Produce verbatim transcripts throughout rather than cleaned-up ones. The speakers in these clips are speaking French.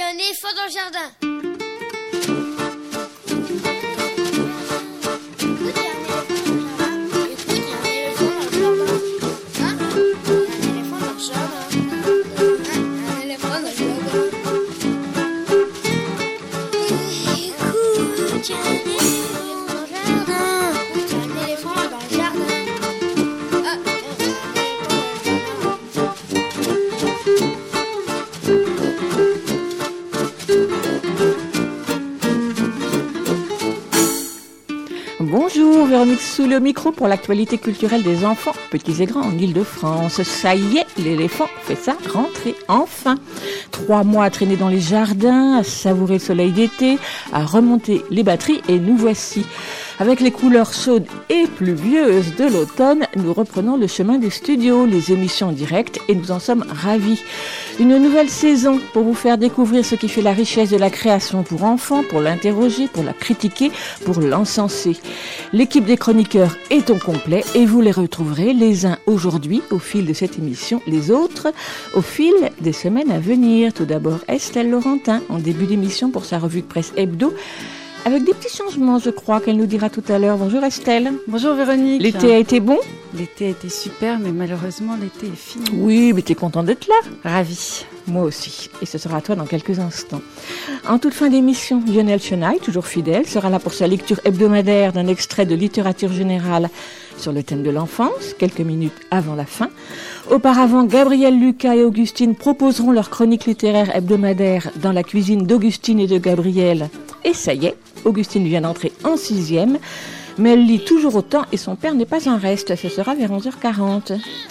a un éléphant dans le jardin. Bonjour, Véronique sous le micro pour l'actualité culturelle des enfants, petits et grands, en Ile-de-France. Ça y est, l'éléphant fait sa rentrée, enfin. Trois mois à traîner dans les jardins, à savourer le soleil d'été, à remonter les batteries, et nous voici. Avec les couleurs chaudes et pluvieuses de l'automne, nous reprenons le chemin des studios, les émissions en direct, et nous en sommes ravis. Une nouvelle saison pour vous faire découvrir ce qui fait la richesse de la création pour enfants, pour l'interroger, pour la critiquer, pour l'encenser. L'équipe des chroniqueurs est au complet et vous les retrouverez les uns aujourd'hui au fil de cette émission, les autres au fil des semaines à venir. Tout d'abord, Estelle Laurentin en début d'émission pour sa revue de presse hebdo. Avec des petits changements, je crois, qu'elle nous dira tout à l'heure. Bonjour Estelle. Bonjour Véronique. L'été a été bon ? L'été a été super, mais malheureusement, l'été est fini. Oui, mais t'es contente d'être là ? Ravie. Moi aussi. Et ce sera à toi dans quelques instants. En toute fin d'émission, Lionel Chenaille, toujours fidèle, sera là pour sa lecture hebdomadaire d'un extrait de littérature générale sur le thème de l'enfance, quelques minutes avant la fin. Auparavant, Gabriel, Lucas et Augustine proposeront leur chronique littéraire hebdomadaire dans la cuisine d'Augustine et de Gabriel. Et ça y est, Augustine vient d'entrer en sixième, mais elle lit toujours autant et son père n'est pas en reste. Ce sera vers onze heures quarante.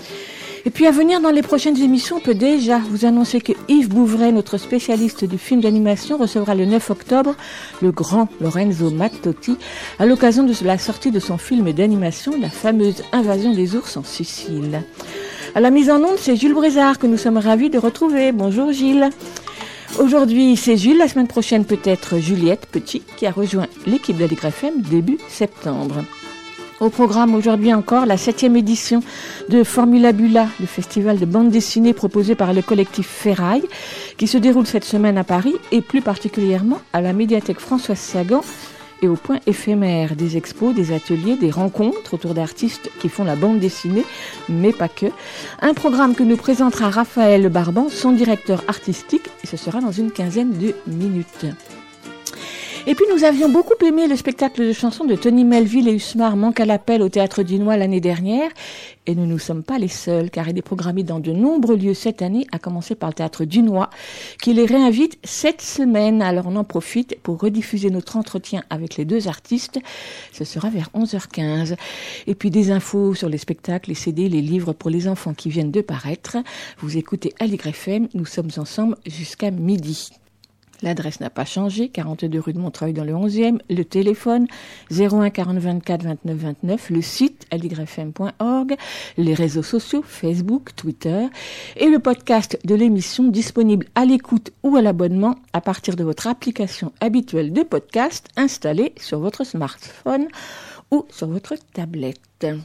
Et puis à venir dans les prochaines émissions, on peut déjà vous annoncer que Yves Bouvray, notre spécialiste du film d'animation, recevra le neuf octobre le grand Lorenzo Mattotti à l'occasion de la sortie de son film d'animation, la fameuse Invasion des ours en Sicile. À la mise en onde, c'est Jules Brézard que nous sommes ravis de retrouver. Bonjour Gilles. Aujourd'hui, c'est Jules. La semaine prochaine, peut-être Juliette Petit, qui a rejoint l'équipe d'Aligre F M début septembre. Au programme aujourd'hui encore, la septième édition de Formulabula, le festival de bande dessinée proposé par le collectif Ferraille, qui se déroule cette semaine à Paris et plus particulièrement à la médiathèque Françoise Sagan et au point éphémère. Des expos, des ateliers, des rencontres autour d'artistes qui font la bande dessinée, mais pas que. Un programme que nous présentera Raphaël Barban, son directeur artistique, et ce sera dans une quinzaine de minutes. Et puis nous avions beaucoup aimé le spectacle de chansons de Tony Melville et Usmar Manque à l'appel au Théâtre Dunois l'année dernière. Et nous ne sommes pas les seuls, car il est programmé dans de nombreux lieux cette année, à commencer par le Théâtre Dunois, qui les réinvite cette semaine. Alors on en profite pour rediffuser notre entretien avec les deux artistes. Ce sera vers onze heures quinze. Et puis des infos sur les spectacles, les C D, les livres pour les enfants qui viennent de paraître. Vous écoutez Aligre F M, nous sommes ensemble jusqu'à midi. L'adresse n'a pas changé, quarante-deux rue de Montreuil dans le onzième, le téléphone zéro un quarante vingt-quatre vingt-neuf vingt-neuf, le site aligre f m point org, les réseaux sociaux, Facebook, Twitter, et le podcast de l'émission disponible à l'écoute ou à l'abonnement à partir de votre application habituelle de podcast installée sur votre smartphone ou sur votre tablette.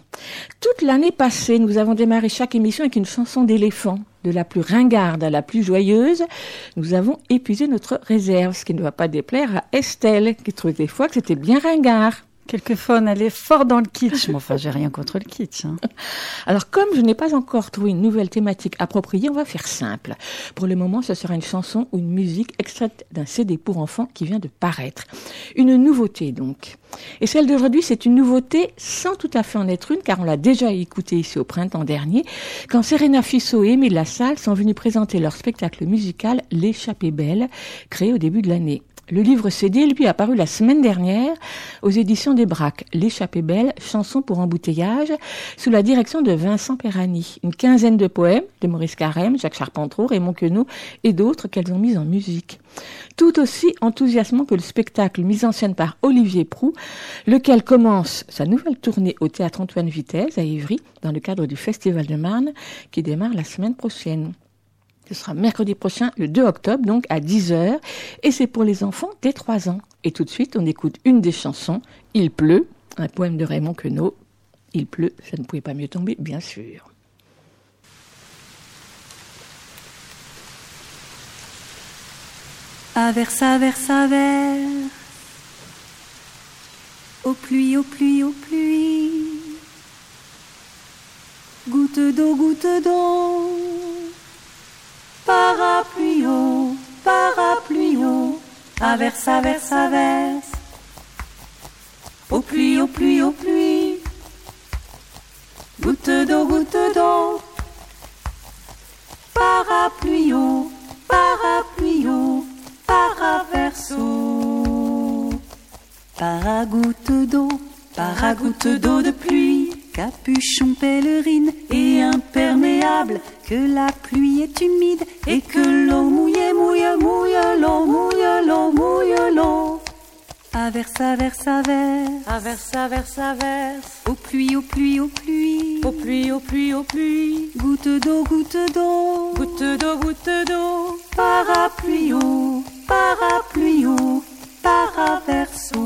Toute l'année passée, nous avons démarré chaque émission avec une chanson d'éléphant. De la plus ringarde à la plus joyeuse, nous avons épuisé notre réserve, ce qui ne va pas déplaire à Estelle, qui trouvait des fois que c'était bien ringard. Quelquefois, on allait fort dans le kitsch, mais enfin, j'ai rien contre le kitsch. Hein. Alors, comme je n'ai pas encore trouvé une nouvelle thématique appropriée, on va faire simple. Pour le moment, ce sera une chanson ou une musique extraite d'un C D pour enfants qui vient de paraître. Une nouveauté, donc. Et celle d'aujourd'hui, c'est une nouveauté sans tout à fait en être une, car on l'a déjà écoutée ici au printemps dernier, quand Serena Fissot et Émile Lassalle sont venus présenter leur spectacle musical L'échappée belle, créé au début de l'année. Le livre C D, lui, a paru la semaine dernière aux éditions des Braques. L'échappée belle, chanson pour embouteillage, sous la direction de Vincent Perrani. Une quinzaine de poèmes de Maurice Carême, Jacques Charpentreau, Raymond Queneau et d'autres qu'elles ont mis en musique. Tout aussi enthousiasmant que le spectacle mis en scène par Olivier Proux, lequel commence sa nouvelle tournée au Théâtre Antoine Vitesse à Ivry, dans le cadre du Festival de Marne, qui démarre la semaine prochaine. Ce sera mercredi prochain, le deux octobre, donc à dix heures. Et c'est pour les enfants dès trois ans. Et tout de suite, on écoute une des chansons, Il pleut, un poème de Raymond Queneau. Il pleut, ça ne pouvait pas mieux tomber, bien sûr. Averse, averse, averse. Aux pluies, aux pluies, aux pluies. Goutte d'eau, goutte d'eau. Parapluie haut, parapluie haut. Averse, averse, averse. Aux pluies, aux pluies, aux pluies. Goutte d'eau, goutte d'eau. Parapluie haut, parapluie haut. Paraverso. Paragoutte d'eau, paragoutte d'eau de pluie. Capuchon, pèlerine et imperméable. Que la pluie est humide et que l'eau mouille, mouille, mouille l'eau, mouille l'eau, mouille l'eau. Averse, averse, averse. Averse, averse, averse. Aux pluies, aux pluies, aux pluies. Aux pluies, aux pluies, aux pluies. Goutte d'eau, goutte d'eau. Goutte d'eau, goutte d'eau. Parapluie haut, parapluie haut. Paraverso.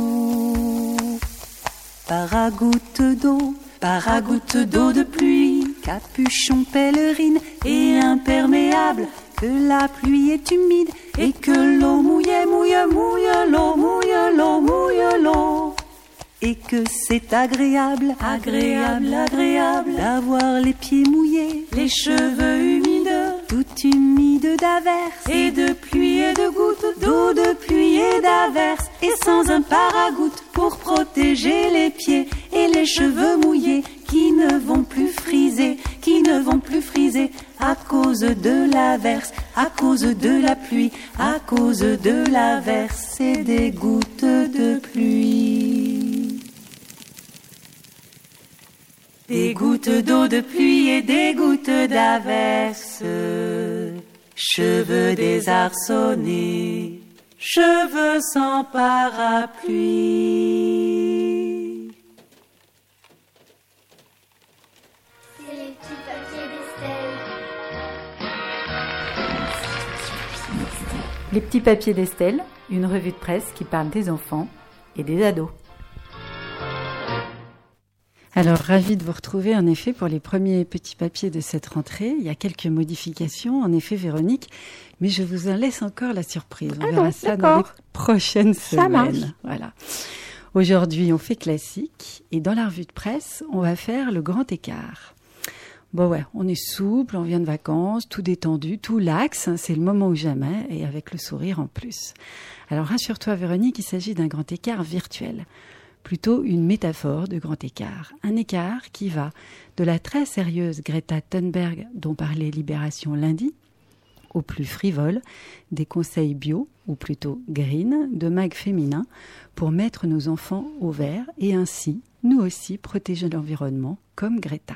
Paragoutte d'eau, paragoutte d'eau de pluie. Capuchon, pèlerine et imperméable. Que la pluie est humide et que l'eau mouille, mouille, mouille l'eau, mouille l'eau, mouille l'eau. Et que c'est agréable, agréable, agréable d'avoir les pieds mouillés, les cheveux humides, tout humides d'averse et de pluie et de gouttes d'eau, de pluie et d'averse, et sans un paragoutte pour protéger les pieds et les cheveux mouillés qui ne vont plus friser, qui ne vont plus friser à cause de l'averse, à cause de la pluie, à cause de l'averse et des gouttes de pluie. Des gouttes d'eau de pluie et des gouttes d'averse, cheveux désarçonnés, cheveux sans parapluie. C'est les petits papiers d'Estelle. Les petits papiers d'Estelle, une revue de presse qui parle des enfants et des ados. Alors, ravi de vous retrouver en effet pour les premiers petits papiers de cette rentrée. Il y a quelques modifications, en effet, Véronique, mais je vous en laisse encore la surprise. On ah verra non, ça dans les prochaines semaines. Ça marche. Voilà. Aujourd'hui, on fait classique et dans la revue de presse, on va faire le grand écart. Bon ouais, on est souple, on vient de vacances, tout détendu, tout lax, hein, c'est le moment ou jamais, et avec le sourire en plus. Alors rassure-toi Véronique, il s'agit d'un grand écart virtuel. Plutôt une métaphore de grand écart. Un écart qui va de la très sérieuse Greta Thunberg dont parlait Libération lundi, au plus frivole des conseils bio, ou plutôt green, de mag féminin pour mettre nos enfants au vert et ainsi, nous aussi, protéger l'environnement comme Greta.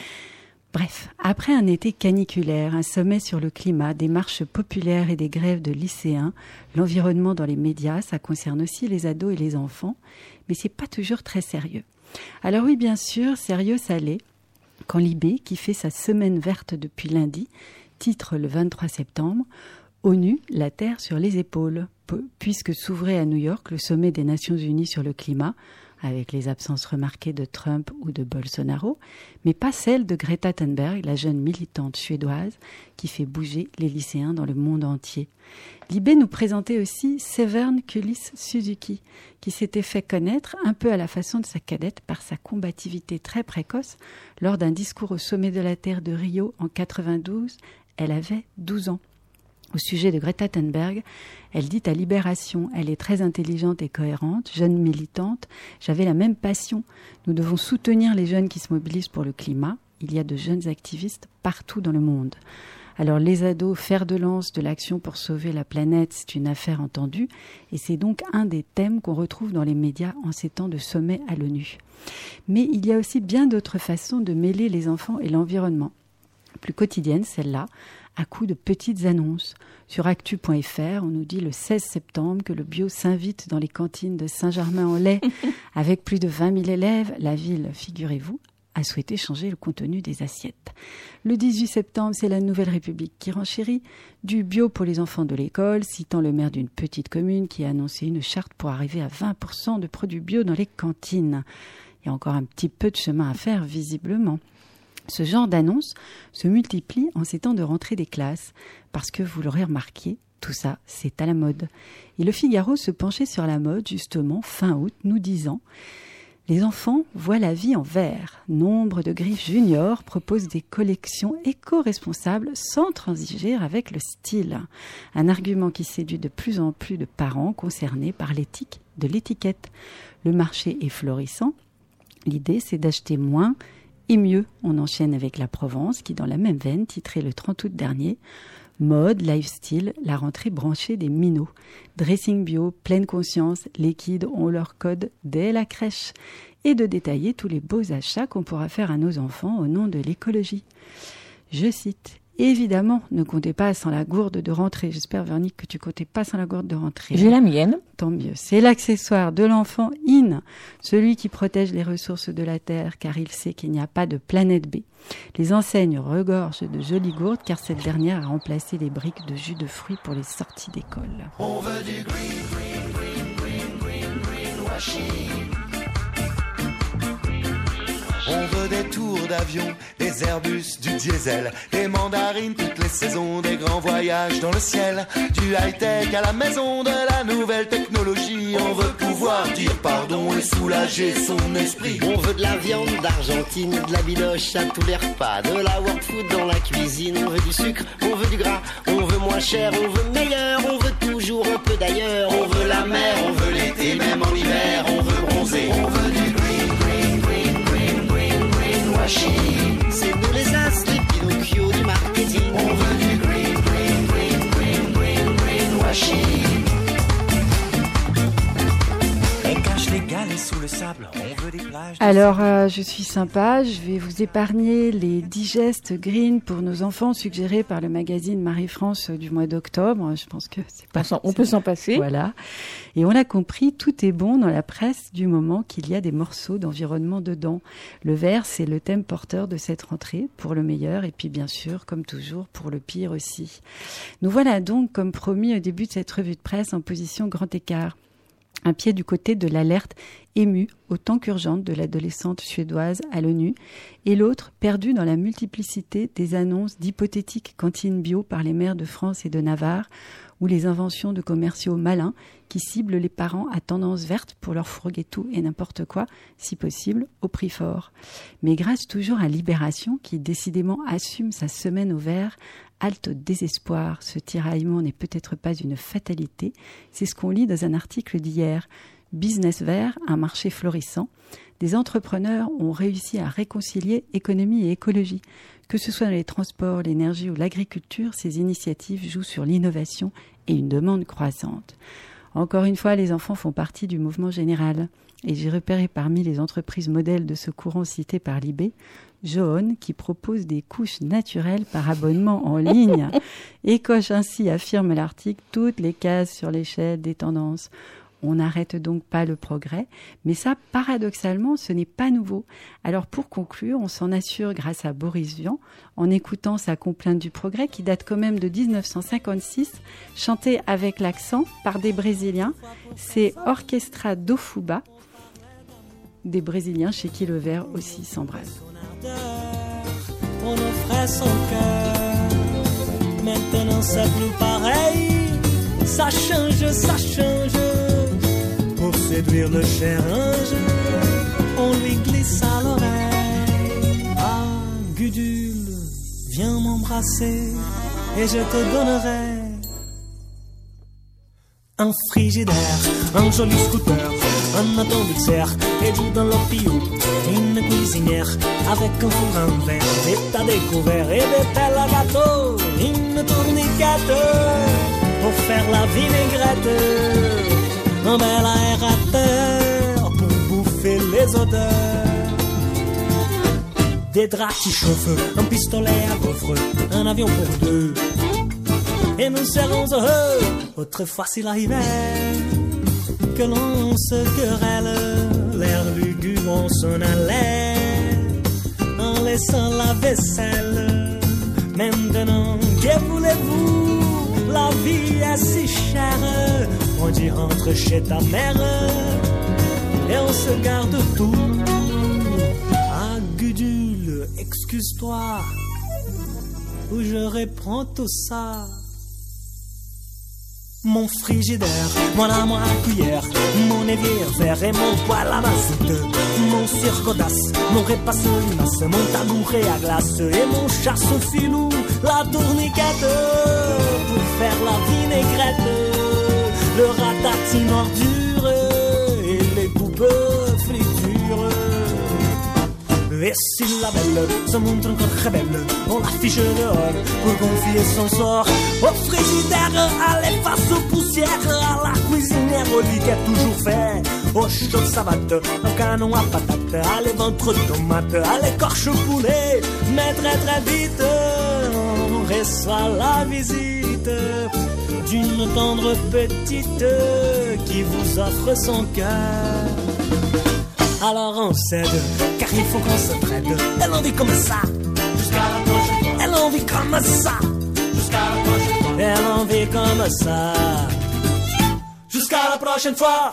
Bref, après un été caniculaire, un sommet sur le climat, des marches populaires et des grèves de lycéens, l'environnement dans les médias, ça concerne aussi les ados et les enfants, mais c'est pas toujours très sérieux. Alors oui, bien sûr, sérieux ça l'est, quand l'I B, qui fait sa semaine verte depuis lundi, titre le vingt-trois septembre, ONU, la Terre sur les épaules, puisque s'ouvrait à New York le sommet des Nations Unies sur le climat, avec les absences remarquées de Trump ou de Bolsonaro, mais pas celle de Greta Thunberg, la jeune militante suédoise qui fait bouger les lycéens dans le monde entier. L'I B nous présentait aussi Severn Kullis Suzuki, qui s'était fait connaître un peu à la façon de sa cadette par sa combativité très précoce lors d'un discours au sommet de la Terre de Rio en quatre-vingt-douze. Elle avait douze ans. Au sujet de Greta Thunberg, elle dit à Libération, elle est très intelligente et cohérente, jeune militante, j'avais la même passion. Nous devons soutenir les jeunes qui se mobilisent pour le climat. Il y a de jeunes activistes partout dans le monde. Alors les ados, fer de lance de l'action pour sauver la planète, c'est une affaire entendue et c'est donc un des thèmes qu'on retrouve dans les médias en ces temps de sommet à l'ONU. Mais il y a aussi bien d'autres façons de mêler les enfants et l'environnement. Plus quotidienne, celle-là, à coup de petites annonces. Sur actu point f r, on nous dit le seize septembre que le bio s'invite dans les cantines de Saint-Germain-en-Laye. Avec plus de vingt mille élèves, la ville, figurez-vous, a souhaité changer le contenu des assiettes. Le dix-huit septembre, c'est la Nouvelle République qui renchérit du bio pour les enfants de l'école, citant le maire d'une petite commune qui a annoncé une charte pour arriver à vingt pour cent de produits bio dans les cantines. Il y a encore un petit peu de chemin à faire, visiblement. Ce genre d'annonce se multiplie en ces temps de rentrée des classes, parce que, vous l'aurez remarqué, Tout ça, c'est à la mode. Et le Figaro se penchait sur la mode, justement, fin août, nous disant « Les enfants voient la vie en vert. Nombre de Griffes juniors proposent des collections éco-responsables sans transiger avec le style. » Un argument qui séduit de plus en plus de parents concernés par l'éthique de l'étiquette. Le marché est florissant. L'idée, c'est d'acheter moins et mieux. On enchaîne avec la Provence, qui, dans la même veine, titrait le trente août dernier « Mode, lifestyle, la rentrée branchée des minots. Dressing bio, pleine conscience, les kids ont leur code dès la crèche. » Et de détailler tous les beaux achats qu'on pourra faire à nos enfants au nom de l'écologie. Je cite « Évidemment, ne comptez pas sans la gourde de rentrée. » J'espère, Véronique, que tu comptais pas sans la gourde de rentrée. J'ai la mienne. Tant mieux. C'est l'accessoire de l'enfant in, celui qui protège les ressources de la Terre, car il sait qu'il n'y a pas de planète B. Les enseignes regorgent de jolies gourdes, car cette dernière a remplacé les briques de jus de fruits pour les sorties d'école. On veut du green, green, green, green, green, green washing. On veut des tours d'avion, des Airbus, du diesel, des mandarines, toutes les saisons, des grands voyages dans le ciel, du high-tech à la maison, de la nouvelle technologie. On veut pouvoir dire pardon et soulager son esprit. On veut de la viande d'Argentine, de la biloche à tous les repas, de la world food dans la cuisine. On veut du sucre, on veut du gras, on veut moins cher, on veut meilleur, on veut toujours un peu d'ailleurs. On veut la mer, on veut l'été, même en hiver, on veut bronzer. On veut du green, green, green, green, green, green washing. C'est nous les as, les Pinocchio du marketing. On veut du green, green, green, green, green, green washing. On cache les galets sous le sable, on veut des plages. Alors, euh, je suis sympa, je vais vous épargner les digestes green pour nos enfants suggérés par le magazine Marie-France du mois d'octobre. Je pense que c'est pas... On peut s'en passer. Voilà. Et on l'a compris, tout est bon dans la presse du moment qu'il y a des morceaux d'environnement dedans. Le vert, c'est le thème porteur de cette rentrée, pour le meilleur, et puis bien sûr, comme toujours, pour le pire aussi. Nous voilà donc, comme promis au début de cette revue de presse, en position grand écart. Un pied du côté de l'alerte émue autant qu'urgente de l'adolescente suédoise à l'ONU, et l'autre perdu dans la multiplicité des annonces d'hypothétiques cantines bio par les maires de France et de Navarre, ou les inventions de commerciaux malins qui ciblent les parents à tendance verte pour leur fourguer tout et n'importe quoi, si possible, au prix fort. Mais grâce toujours à Libération, qui décidément assume sa semaine au vert, halte au désespoir, ce tiraillement n'est peut-être pas une fatalité, c'est ce qu'on lit dans un article d'hier. Business vert, un marché florissant. Des entrepreneurs ont réussi à réconcilier économie et écologie. Que ce soit dans les transports, l'énergie ou l'agriculture, ces initiatives jouent sur l'innovation et une demande croissante. Encore une fois, les enfants font partie du mouvement général. Et j'ai repéré parmi les entreprises modèles de ce courant cité par Libé, Joon, qui propose des couches naturelles par abonnement en ligne et coche ainsi, affirme l'article, toutes les cases sur l'échelle des tendances. On n'arrête donc pas le progrès, mais ça, paradoxalement, ce n'est pas nouveau. Alors pour conclure, on s'en assure grâce à Boris Vian, en écoutant sa complainte du progrès, qui date quand même de dix-neuf cent cinquante-six, chantée avec l'accent par des Brésiliens. C'est Orchestra do Fuba, des Brésiliens chez qui le vert aussi s'embrase. On offrait son cœur, maintenant c'est plus pareil, ça change, ça change. Pour séduire le cher ange, on lui glisse à l'oreille. Ah, Gudule, viens m'embrasser et je te donnerai un frigidaire, un joli scooter, un atomique et du dans l'opio, une cuisinière avec un four en verre, des tas découverts et des pelles à gâteau, une tourniquette pour faire la vinaigrette. Un bel aérateur pour bouffer les odeurs. Des draps qui chauffent, un pistolet à gaufres, un avion pour deux. Et nous serons heureux, autrefois s'il arrivait que l'on se querelle, l'air lugubre on s'en allait, en laissant la vaisselle. Maintenant, que voulez-vous, la vie est si chère. On dit rentre chez ta mère et on se garde tout. Ah Gudule, excuse-toi, ou je reprends tout ça. Mon frigidaire, mon lame à cuillère, mon évier vert et mon poêle à mazout, mon cirque-audace, mon repasse limace, mon tabouret à glace et mon chasse-filou, la tourniquette pour faire la vinaigrette, le ratatine ordure et les poupes friture. Et si la belle se montre encore très belle, on l'affiche dehors pour confier son sort au frigidaire, à l'efface aux poussières, à la cuisinière, au lit qui est toujours fait, au chaud savate, au canon à patate, à l'éventre tomate, à l'écorche poulet. Mais très très vite, on reçoit la visite d'une tendre petite qui vous offre son cœur. Alors on cède, car il faut qu'on se traite. Elle en vit comme ça, jusqu'à la prochaine fois. Elle en vit comme ça, jusqu'à la prochaine fois. Elle en vit comme ça, jusqu'à la prochaine fois.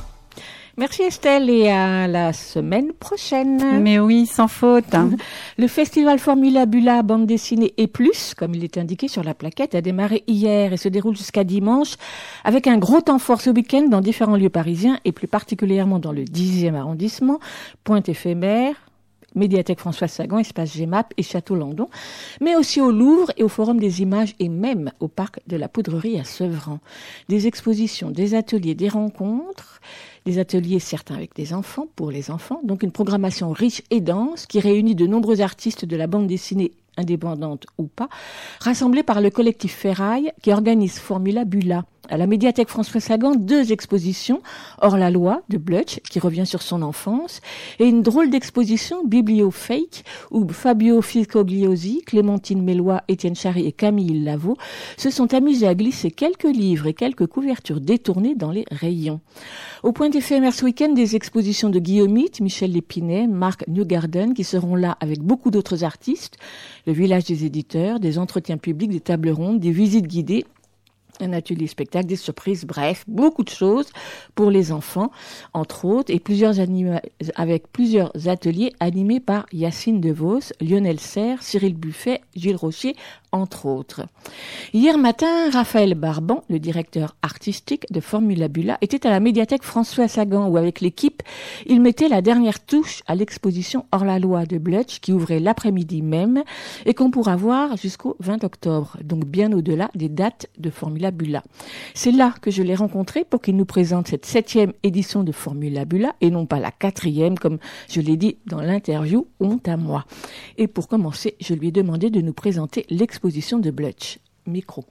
Merci Estelle et à la semaine prochaine. Mais oui, sans faute. Le festival Formula Bula bande dessinée et plus, comme il est indiqué sur la plaquette, a démarré hier et se déroule jusqu'à dimanche avec un gros temps fort ce week-end dans différents lieux parisiens et plus particulièrement dans le dixième arrondissement, Pointe Éphémère, Médiathèque François Sagan, Espace G M A P et Château-Landon, mais aussi au Louvre et au Forum des Images et même au Parc de la Poudrerie à Sevran. Des expositions, des ateliers, des rencontres, des ateliers certains avec des enfants, pour les enfants, donc une programmation riche et dense qui réunit de nombreux artistes de la bande dessinée indépendante ou pas, rassemblés par le collectif Ferraille qui organise Formula Bula. À la médiathèque François Sagan, deux expositions, Hors la loi de Blutch, qui revient sur son enfance, et une drôle d'exposition Bibliofake, où Fabio Fiscogliosi, Clémentine Mélois, Étienne Charry et Camille Lavaux se sont amusés à glisser quelques livres et quelques couvertures détournées dans les rayons. Au point éphémère ce week-end, des expositions de Guillaume Hitt, Michel Lépinet, Marc Newgarden, qui seront là avec beaucoup d'autres artistes, le village des éditeurs, des entretiens publics, des tables rondes, des visites guidées, un atelier spectacle, des surprises, bref, beaucoup de choses pour les enfants, entre autres, et plusieurs anima- avec plusieurs ateliers animés par Yacine Devos, Lionel Serre, Cyril Buffet, Gilles Rocher, entre autres. Hier matin, Raphaël Barban, le directeur artistique de Formula Bula, était à la médiathèque François Sagan où, avec l'équipe, il mettait la dernière touche à l'exposition Hors la loi de Blutch qui ouvrait l'après-midi même et qu'on pourra voir jusqu'au vingt octobre, donc bien au-delà des dates de Formula Bula. C'est là que je l'ai rencontré pour qu'il nous présente cette septième édition de Formula Bula et non pas la quatrième, comme je l'ai dit dans l'interview, honte à moi. Et pour commencer, je lui ai demandé de nous présenter l'exposition de Blutch. Micro.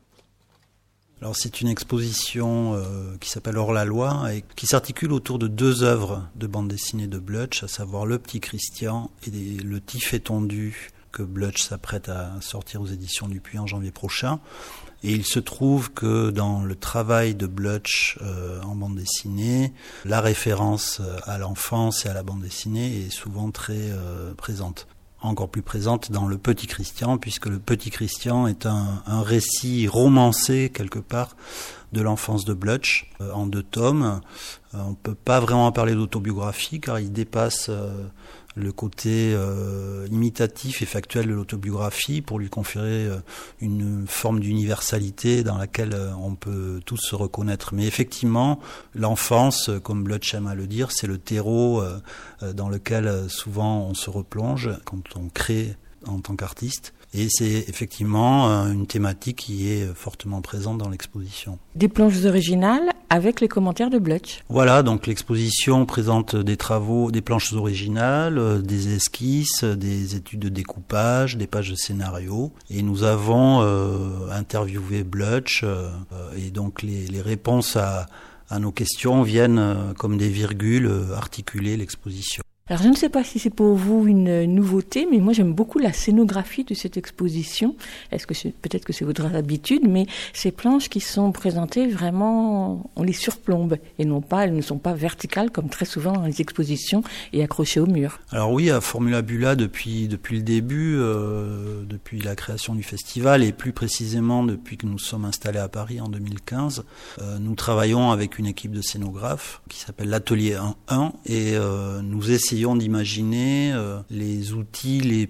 Alors c'est une exposition euh, qui s'appelle Hors la loi et qui s'articule autour de deux œuvres de bande dessinée de Blutch, à savoir Le Petit Christian et Le Tif étendu que Blutch s'apprête à sortir aux éditions Dupuis en janvier prochain. Et il se trouve que dans le travail de Blutch euh, en bande dessinée, la référence à l'enfance et à la bande dessinée est souvent très euh, présente. Encore plus présente dans Le Petit Christian, puisque Le Petit Christian est un, un récit romancé, quelque part, de l'enfance de Blutch, euh, en deux tomes. Euh, on ne peut pas vraiment parler d'autobiographie, car il dépasse euh, le côté euh, imitatif et factuel de l'autobiographie pour lui conférer euh, une forme d'universalité dans laquelle euh, on peut tous se reconnaître. Mais effectivement, l'enfance, comme Blutch aime à le dire, c'est le terreau euh, euh, dans lequel euh, souvent on se replonge quand on crée en tant qu'artiste. Et c'est effectivement euh, une thématique qui est fortement présente dans l'exposition. Des planches originales avec les commentaires de Blutch. Voilà, donc l'exposition présente des travaux, des planches originales, euh, des esquisses, des études de découpage, des pages de scénario. Et nous avons euh, interviewé Blutch euh, et donc les, les réponses à, à nos questions viennent euh, comme des virgules euh, articuler l'exposition. Alors je ne sais pas si c'est pour vous une nouveauté, mais moi j'aime beaucoup la scénographie de cette exposition. Est-ce que c'est, peut-être que c'est votre habitude, mais ces planches qui sont présentées vraiment, on les surplombe et non pas, elles ne sont pas verticales comme très souvent dans les expositions et accrochées au mur. Alors oui, à Formula Bula depuis depuis le début, euh, depuis la création du festival et plus précisément depuis que nous sommes installés à Paris en deux mille quinze, euh, nous travaillons avec une équipe de scénographes qui s'appelle l'Atelier un un et euh, nous essayons essayons d'imaginer euh, les outils les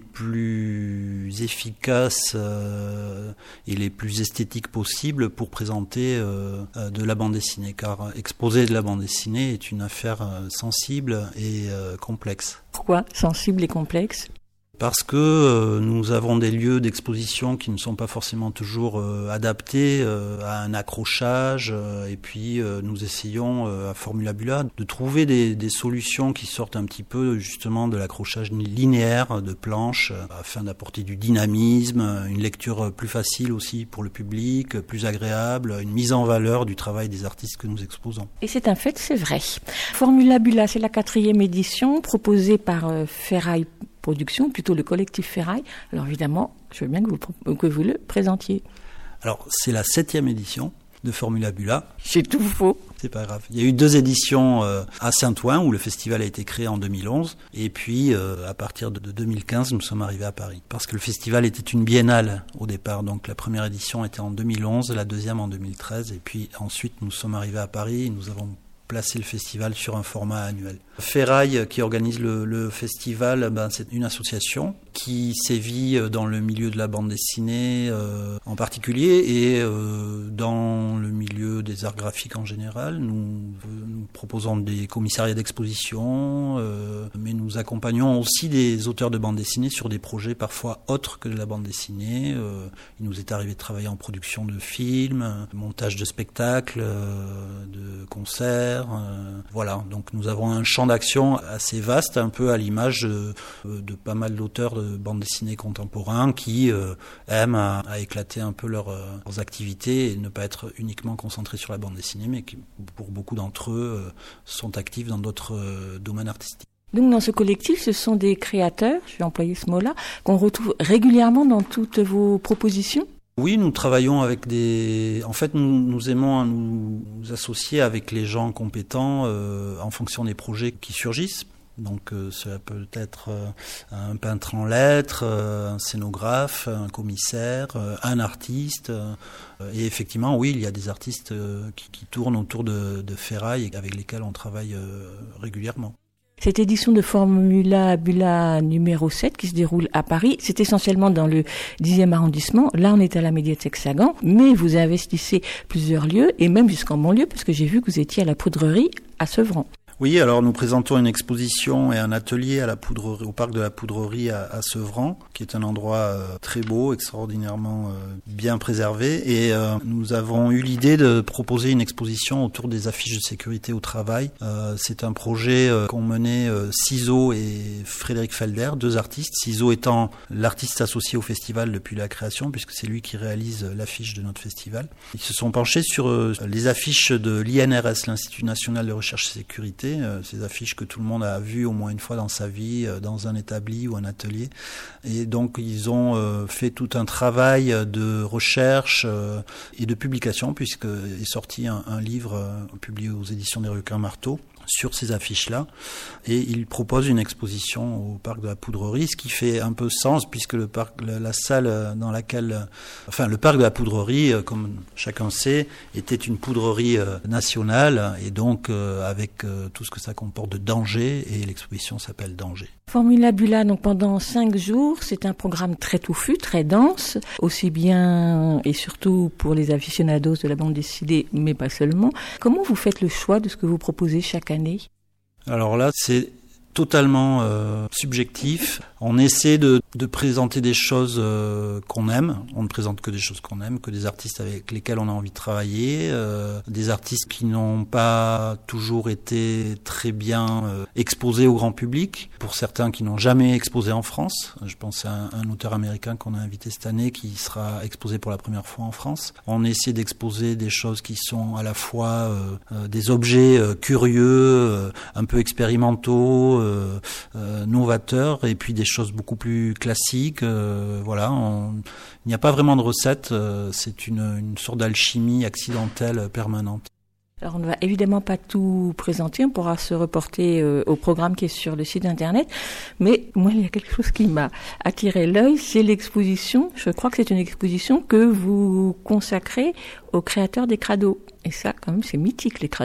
plus efficaces euh, et les plus esthétiques possibles pour présenter euh, de la bande dessinée, car exposer de la bande dessinée est une affaire euh, sensible et euh, complexe. Pourquoi sensible et complexe ? Parce que euh, nous avons des lieux d'exposition qui ne sont pas forcément toujours euh, adaptés euh, à un accrochage euh, et puis euh, nous essayons euh, à Formulabula de trouver des, des solutions qui sortent un petit peu justement de l'accrochage linéaire de planches euh, afin d'apporter du dynamisme, une lecture plus facile aussi pour le public, plus agréable, une mise en valeur du travail des artistes que nous exposons. Et c'est un fait, c'est vrai. Formulabula, c'est la quatrième édition proposée par euh, Ferraille Production, plutôt le collectif Ferraille. Alors évidemment, je veux bien que vous, que vous le présentiez. Alors, c'est la septième édition de Formulabula. C'est tout faux. C'est pas grave. Il y a eu deux éditions euh, à Saint-Ouen, où le festival a été créé en deux mille onze. Et puis, euh, à partir de deux mille quinze, nous sommes arrivés à Paris. Parce que le festival était une biennale au départ. Donc, la première édition était en deux mille onze, la deuxième en deux mille treize. Et puis, ensuite, nous sommes arrivés à Paris et nous avons placer le festival sur un format annuel. Ferraille, qui organise le, le festival, ben, c'est une association qui sévit dans le milieu de la bande dessinée euh, en particulier et euh, dans le milieu des arts graphiques en général. Nous, nous proposons des commissariats d'exposition, euh, mais nous accompagnons aussi des auteurs de bande dessinée sur des projets parfois autres que de la bande dessinée. Euh, il nous est arrivé de travailler en production de films, montage de spectacles, euh, de concerts. Euh, voilà, donc nous avons un champ d'action assez vaste, un peu à l'image de, de pas mal d'auteurs de bande dessinée contemporains qui euh, aiment à, à éclater un peu leur, euh, leurs activités et ne pas être uniquement concentrés sur la bande dessinée, mais qui, pour beaucoup d'entre eux, euh, sont actifs dans d'autres euh, domaines artistiques. Donc dans ce collectif, ce sont des créateurs, je vais employer ce mot-là, qu'on retrouve régulièrement dans toutes vos propositions ? Oui, nous travaillons avec des... En fait, nous, nous aimons nous, nous associer avec les gens compétents euh, en fonction des projets qui surgissent. Donc euh, cela peut être euh, un peintre en lettres, euh, un scénographe, un commissaire, euh, un artiste. Euh, et effectivement, oui, il y a des artistes euh, qui, qui tournent autour de, de Ferraille et avec lesquels on travaille euh, régulièrement. Cette édition de Formulabula numéro sept qui se déroule à Paris, c'est essentiellement dans le dixième arrondissement. Là, on est à la médiathèque Sagan, mais vous investissez plusieurs lieux et même jusqu'en banlieue, parce que j'ai vu que vous étiez à la Poudrerie à Sevran. Oui, alors nous présentons une exposition et un atelier à la poudrerie, au parc de la Poudrerie à, à Sevran, qui est un endroit euh, très beau, extraordinairement euh, bien préservé. Et euh, nous avons eu l'idée de proposer une exposition autour des affiches de sécurité au travail. Euh, c'est un projet euh, qu'ont mené euh, Ciseaux et Frédéric Felder, deux artistes. Ciseaux étant l'artiste associé au festival depuis la création, puisque c'est lui qui réalise l'affiche de notre festival. Ils se sont penchés sur euh, les affiches de l'I N R S, l'Institut National de Recherche et Sécurité, ces affiches que tout le monde a vues au moins une fois dans sa vie, dans un établi ou un atelier. Et donc, ils ont euh, fait tout un travail de recherche euh, et de publication, puisqu'il est sorti un, un livre euh, publié aux éditions des Requins Marteau sur ces affiches-là, et il propose une exposition au parc de la Poudrerie, ce qui fait un peu sens puisque le parc, la, la salle dans laquelle, enfin le parc de la Poudrerie, comme chacun sait, était une poudrerie nationale et donc euh, avec euh, tout ce que ça comporte de danger, et l'exposition s'appelle Danger. Formulabula, donc pendant cinq jours, c'est un programme très touffu, très dense, aussi bien et surtout pour les aficionados de la bande dessinée, mais pas seulement. Comment vous faites le choix de ce que vous proposez chaque année ? Alors là, c'est totalement euh, subjectif. On essaie de, de présenter des choses euh, qu'on aime. On ne présente que des choses qu'on aime, que des artistes avec lesquels on a envie de travailler, euh, des artistes qui n'ont pas toujours été très bien euh, exposés au grand public. Pour certains qui n'ont jamais exposé en France. Je pense à un, un auteur américain qu'on a invité cette année qui sera exposé pour la première fois en France. On essaie d'exposer des choses qui sont à la fois euh, euh, des objets euh, curieux, euh, un peu expérimentaux, euh, euh, novateurs, et puis des choses beaucoup plus classiques. Euh, voilà, on, il n'y a pas vraiment de recette. Euh, c'est une, une sorte d'alchimie accidentelle permanente. Alors on ne va évidemment pas tout présenter, on pourra se reporter euh, au programme qui est sur le site internet, mais moi il y a quelque chose qui m'a attiré l'œil, c'est l'exposition, je crois que c'est une exposition que vous consacrez aux créateurs des crados, et ça quand même c'est mythique les crados.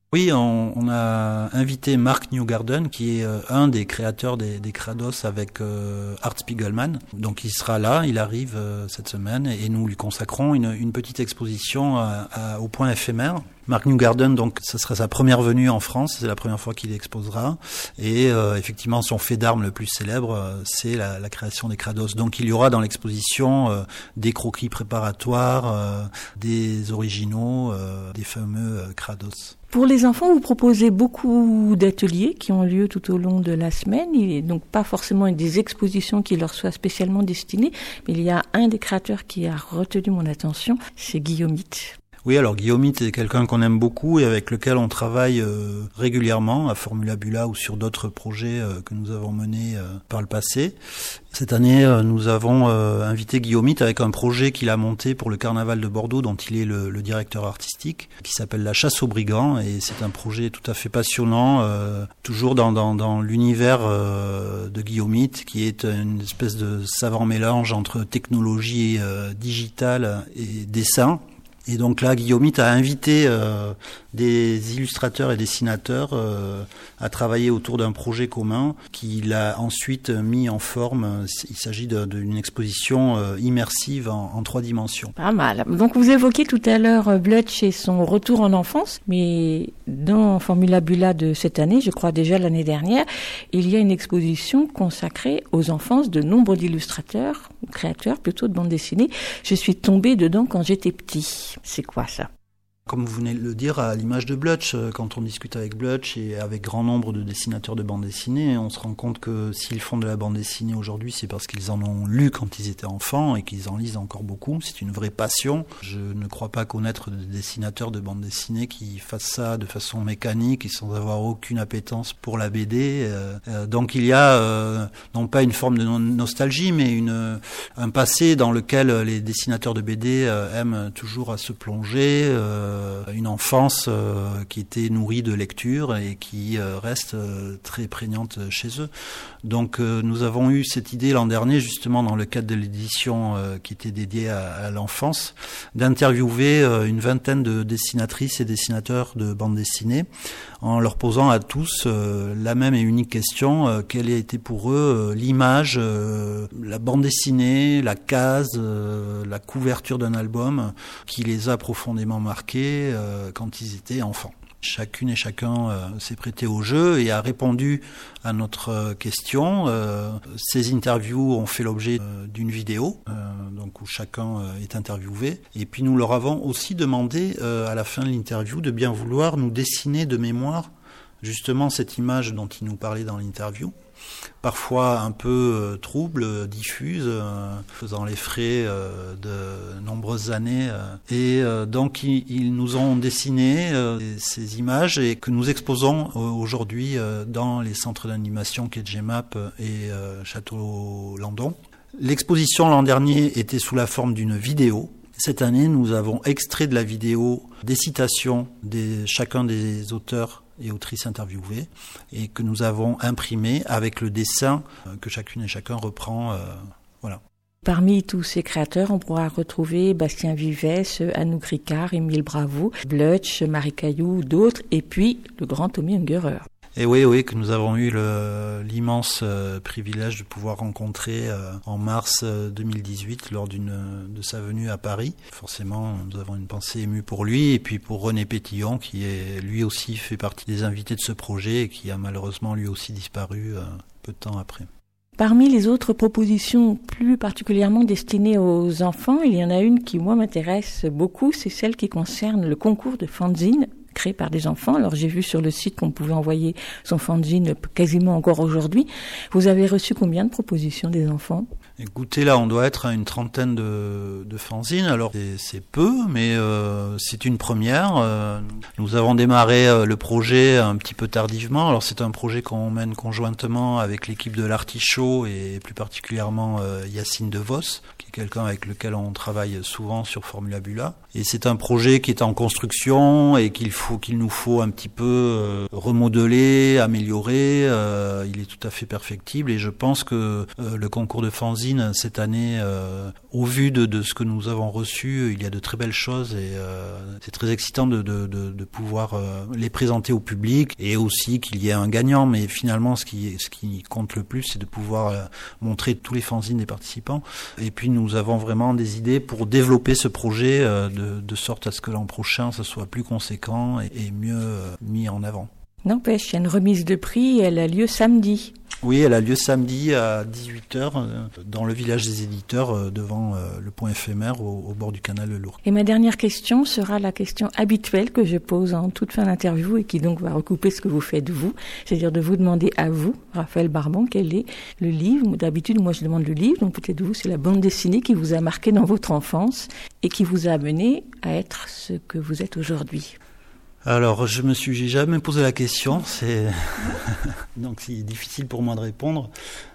Oui, on, on a invité Mark Newgarden, qui est euh, un des créateurs des, des Krados avec euh, Art Spiegelman. Donc il sera là, il arrive euh, cette semaine, et nous lui consacrons une, une petite exposition à, à, au point éphémère. Mark Newgarden, donc, ce sera sa première venue en France, c'est la première fois qu'il exposera. Et euh, effectivement, son fait d'armes le plus célèbre, euh, c'est la, la création des Krados. Donc il y aura dans l'exposition euh, des croquis préparatoires, euh, des originaux, euh, des fameux euh, Krados. Pour les enfants, vous proposez beaucoup d'ateliers qui ont lieu tout au long de la semaine. Il n'est donc pas forcément des expositions qui leur soient spécialement destinées, mais il y a un des créateurs qui a retenu mon attention, c'est Guillaumite. Oui, alors Guillaumite est quelqu'un qu'on aime beaucoup et avec lequel on travaille euh, régulièrement à Formulabula ou sur d'autres projets euh, que nous avons menés euh, par le passé. Cette année, euh, nous avons euh, invité Guillaumite avec un projet qu'il a monté pour le Carnaval de Bordeaux, dont il est le, le directeur artistique, qui s'appelle La Chasse aux Brigands, et c'est un projet tout à fait passionnant, euh, toujours dans, dans, dans l'univers euh, de Guillaumite, qui est une espèce de savant mélange entre technologie euh, digitale et dessin. Et donc là, Guillaumite a invité euh, des illustrateurs et dessinateurs euh, à travailler autour d'un projet commun qu'il a ensuite mis en forme. Il s'agit de, d'une exposition euh, immersive en, en trois dimensions. Pas mal. Donc vous évoquiez tout à l'heure Blutch et son retour en enfance, mais dans Formulabula de cette année, je crois déjà l'année dernière, il y a une exposition consacrée aux enfances de nombre d'illustrateurs, créateurs plutôt de bande dessinée. Je suis tombée dedans quand j'étais petit. C'est quoi ça ? Comme vous venez de le dire, à l'image de Blutch, quand on discute avec Blutch et avec grand nombre de dessinateurs de bande dessinée, on se rend compte que s'ils font de la bande dessinée aujourd'hui, c'est parce qu'ils en ont lu quand ils étaient enfants et qu'ils en lisent encore beaucoup. C'est une vraie passion. Je ne crois pas connaître de dessinateurs de bande dessinée qui fassent ça de façon mécanique et sans avoir aucune appétence pour la B D. Euh, donc il y a euh, non pas une forme de nostalgie, mais une, un passé dans lequel les dessinateurs de B D euh, aiment toujours à se plonger, euh, une enfance euh, qui était nourrie de lecture et qui euh, reste euh, très prégnante chez eux. Donc euh, nous avons eu cette idée l'an dernier, justement dans le cadre de l'édition euh, qui était dédiée à, à l'enfance, d'interviewer euh, une vingtaine de dessinatrices et dessinateurs de bande dessinée en leur posant à tous euh, la même et unique question, euh, quelle a été pour eux euh, l'image, euh, la bande dessinée, la case, euh, la couverture d'un album qui les a profondément marqués euh, quand ils étaient enfants. Chacune et chacun euh, s'est prêté au jeu et a répondu à notre euh, question. Euh, ces interviews ont fait l'objet euh, d'une vidéo, euh, donc où chacun euh, est interviewé. Et puis nous leur avons aussi demandé euh, à la fin de l'interview de bien vouloir nous dessiner de mémoire justement cette image dont ils nous parlaient dans l'interview. Parfois un peu euh, trouble, euh, diffuse, euh, faisant les frais euh, de nombreuses années. Euh, et euh, donc ils, ils nous ont dessiné euh, ces images et que nous exposons euh, aujourd'hui euh, dans les centres d'animation qu'est G M A P et euh, Château-Landon. L'exposition l'an dernier était sous la forme d'une vidéo. Cette année, nous avons extrait de la vidéo des citations de chacun des auteurs et autrices interviewées et que nous avons imprimé avec le dessin que chacune et chacun reprend. Euh, voilà. Parmi tous ces créateurs, on pourra retrouver Bastien Vivès, Anouk Ricard, Émile Bravo, Blutch, Marie Caillou, d'autres, et puis le grand Tommy Ungerer. Et oui, oui, que nous avons eu le, l'immense euh, privilège de pouvoir rencontrer euh, en mars euh, deux mille dix-huit lors d'une de sa venue à Paris. Forcément, nous avons une pensée émue pour lui et puis pour René Pétillon qui est lui aussi fait partie des invités de ce projet et qui a malheureusement lui aussi disparu euh, peu de temps après. Parmi les autres propositions plus particulièrement destinées aux enfants, il y en a une qui, moi, m'intéresse beaucoup, c'est celle qui concerne le concours de fanzine créé par des enfants. Alors j'ai vu sur le site qu'on pouvait envoyer son fanzine quasiment encore aujourd'hui. Vous avez reçu combien de propositions des enfants ? Écoutez, là, on doit être à une trentaine de, de fanzines. Alors, c'est, c'est peu, mais euh, c'est une première. Euh, nous avons démarré euh, le projet un petit peu tardivement. Alors, c'est un projet qu'on mène conjointement avec l'équipe de l'Artichaut et plus particulièrement euh, Yacine DeVos, qui est quelqu'un avec lequel on travaille souvent sur Formulabula. Et c'est un projet qui est en construction et qu'il faut faut qu'il nous faut un petit peu euh, remodeler, améliorer. Euh, il est tout à fait perfectible et je pense que euh, le concours de fanzine cette année, euh, au vu de, de ce que nous avons reçu, il y a de très belles choses et euh, c'est très excitant de, de, de, de pouvoir euh, les présenter au public et aussi qu'il y ait un gagnant. Mais finalement, ce qui, ce qui compte le plus, c'est de pouvoir euh, montrer tous les fanzines des participants. Et puis nous avons vraiment des idées pour développer ce projet euh, de, de sorte à ce que l'an prochain, ce soit plus conséquent et, et mieux euh, mis en avant. N'empêche, il y a une remise de prix, elle a lieu samedi. Oui, elle a lieu samedi à dix-huit heures dans le village des éditeurs devant le pont éphémère au, au bord du canal Le Lourd. Et ma dernière question sera la question habituelle que je pose en toute fin d'interview et qui donc va recouper ce que vous faites vous, c'est-à-dire de vous demander à vous, Raphaël Barbon, quel est le livre. D'habitude, moi je demande le livre, donc peut-être vous, c'est la bande dessinée qui vous a marqué dans votre enfance et qui vous a amené à être ce que vous êtes aujourd'hui. Alors, je me suis, j'ai jamais posé la question, c'est donc c'est difficile pour moi de répondre.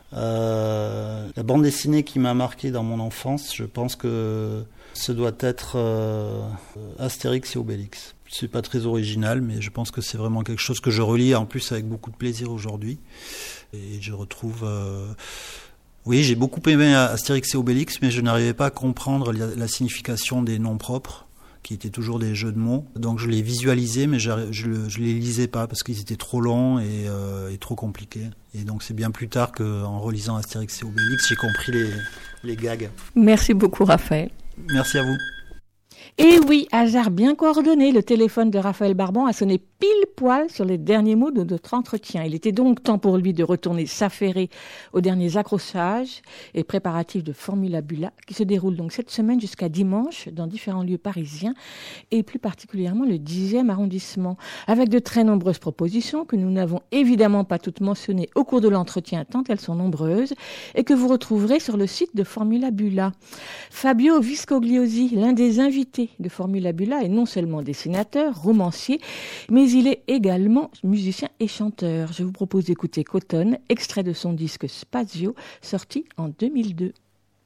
Euh, la bande dessinée qui m'a marqué dans mon enfance, je pense que ce doit être euh, Astérix et Obélix. C'est pas très original, mais je pense que c'est vraiment quelque chose que je relis en plus avec beaucoup de plaisir aujourd'hui. Et je retrouve... Euh, oui, j'ai beaucoup aimé Astérix et Obélix, mais je n'arrivais pas à comprendre la, la signification des noms propres, qui étaient toujours des jeux de mots. Donc je les visualisais, mais je ne les lisais pas parce qu'ils étaient trop longs et, euh, et trop compliqués. Et donc c'est bien plus tard qu'en relisant Astérix et Obélix, j'ai compris les, les gags. Merci beaucoup Raphaël. Merci à vous. Et oui, hasard bien coordonné, le téléphone de Raphaël Barbon a sonné pile poil sur les derniers mots de notre entretien. Il était donc temps pour lui de retourner s'affairer aux derniers accrochages et préparatifs de Formulabula qui se déroulent donc cette semaine jusqu'à dimanche dans différents lieux parisiens et plus particulièrement le dixième arrondissement, avec de très nombreuses propositions que nous n'avons évidemment pas toutes mentionnées au cours de l'entretien tant elles sont nombreuses et que vous retrouverez sur le site de Formulabula. Fabio Viscogliosi, l'un des invités de Formulabula, est non seulement dessinateur, romancier, mais il est également musicien et chanteur. Je vous propose d'écouter Cotton, extrait de son disque Spazio, sorti en deux mille deux.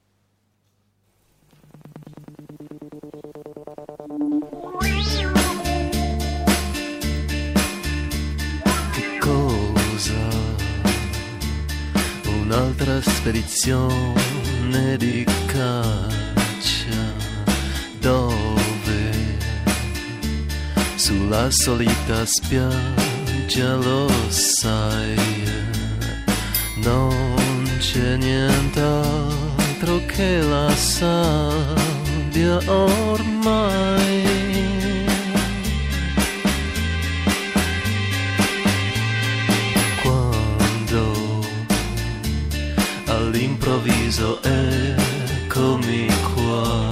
Cosa? Un'altra spedizione di caccia, dove sulla solita spiaggia, lo sai, non c'è nient'altro che la sabbia ormai. Quando all'improvviso eccomi qua,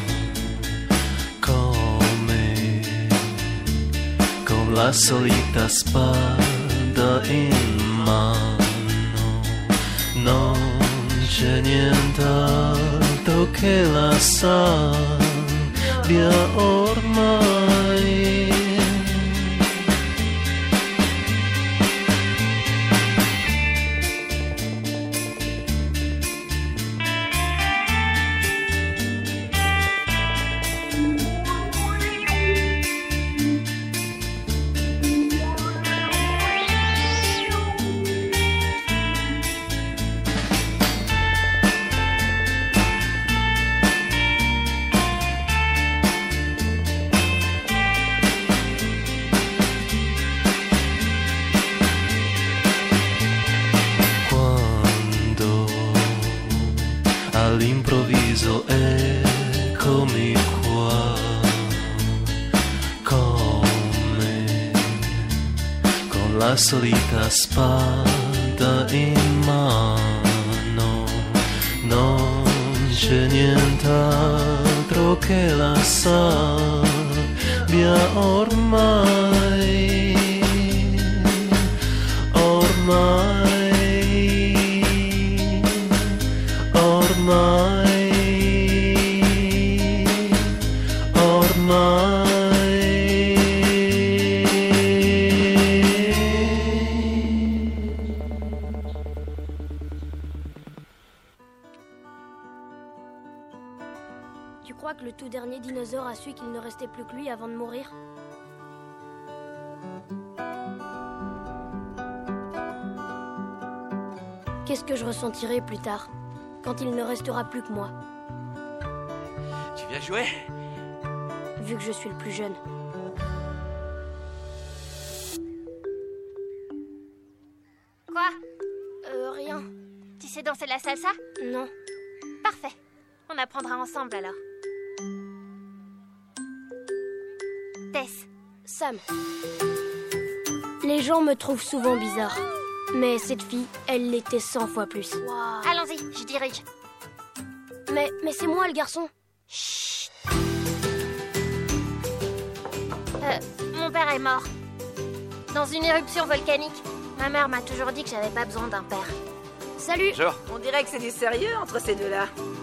la solita spada in mano, non c'è nient'altro che la sabbia ormai. All'improvviso eccomi qua, come con la solita spada in mano, non c'è nient'altro che la sabbia ormai, ormai. Tu crois que le tout dernier dinosaure a su qu'il ne restait plus que lui avant de mourir? Qu'est-ce que je ressentirai plus tard, quand il ne restera plus que moi? Tu viens jouer? Vu que je suis le plus jeune. Quoi? Euh, rien. Tu sais danser la salsa? Non. Parfait. On apprendra ensemble alors. Tess. Sam. Les gens me trouvent souvent bizarre. Mais cette fille, elle l'était cent fois plus. Wow. Allons-y, je dirige. Mais, mais c'est moi le garçon. Chut. Euh, mon père est mort. Dans une éruption volcanique. Ma mère m'a toujours dit que j'avais pas besoin d'un père. Salut. Bonjour. On dirait que c'est du sérieux entre ces deux-là.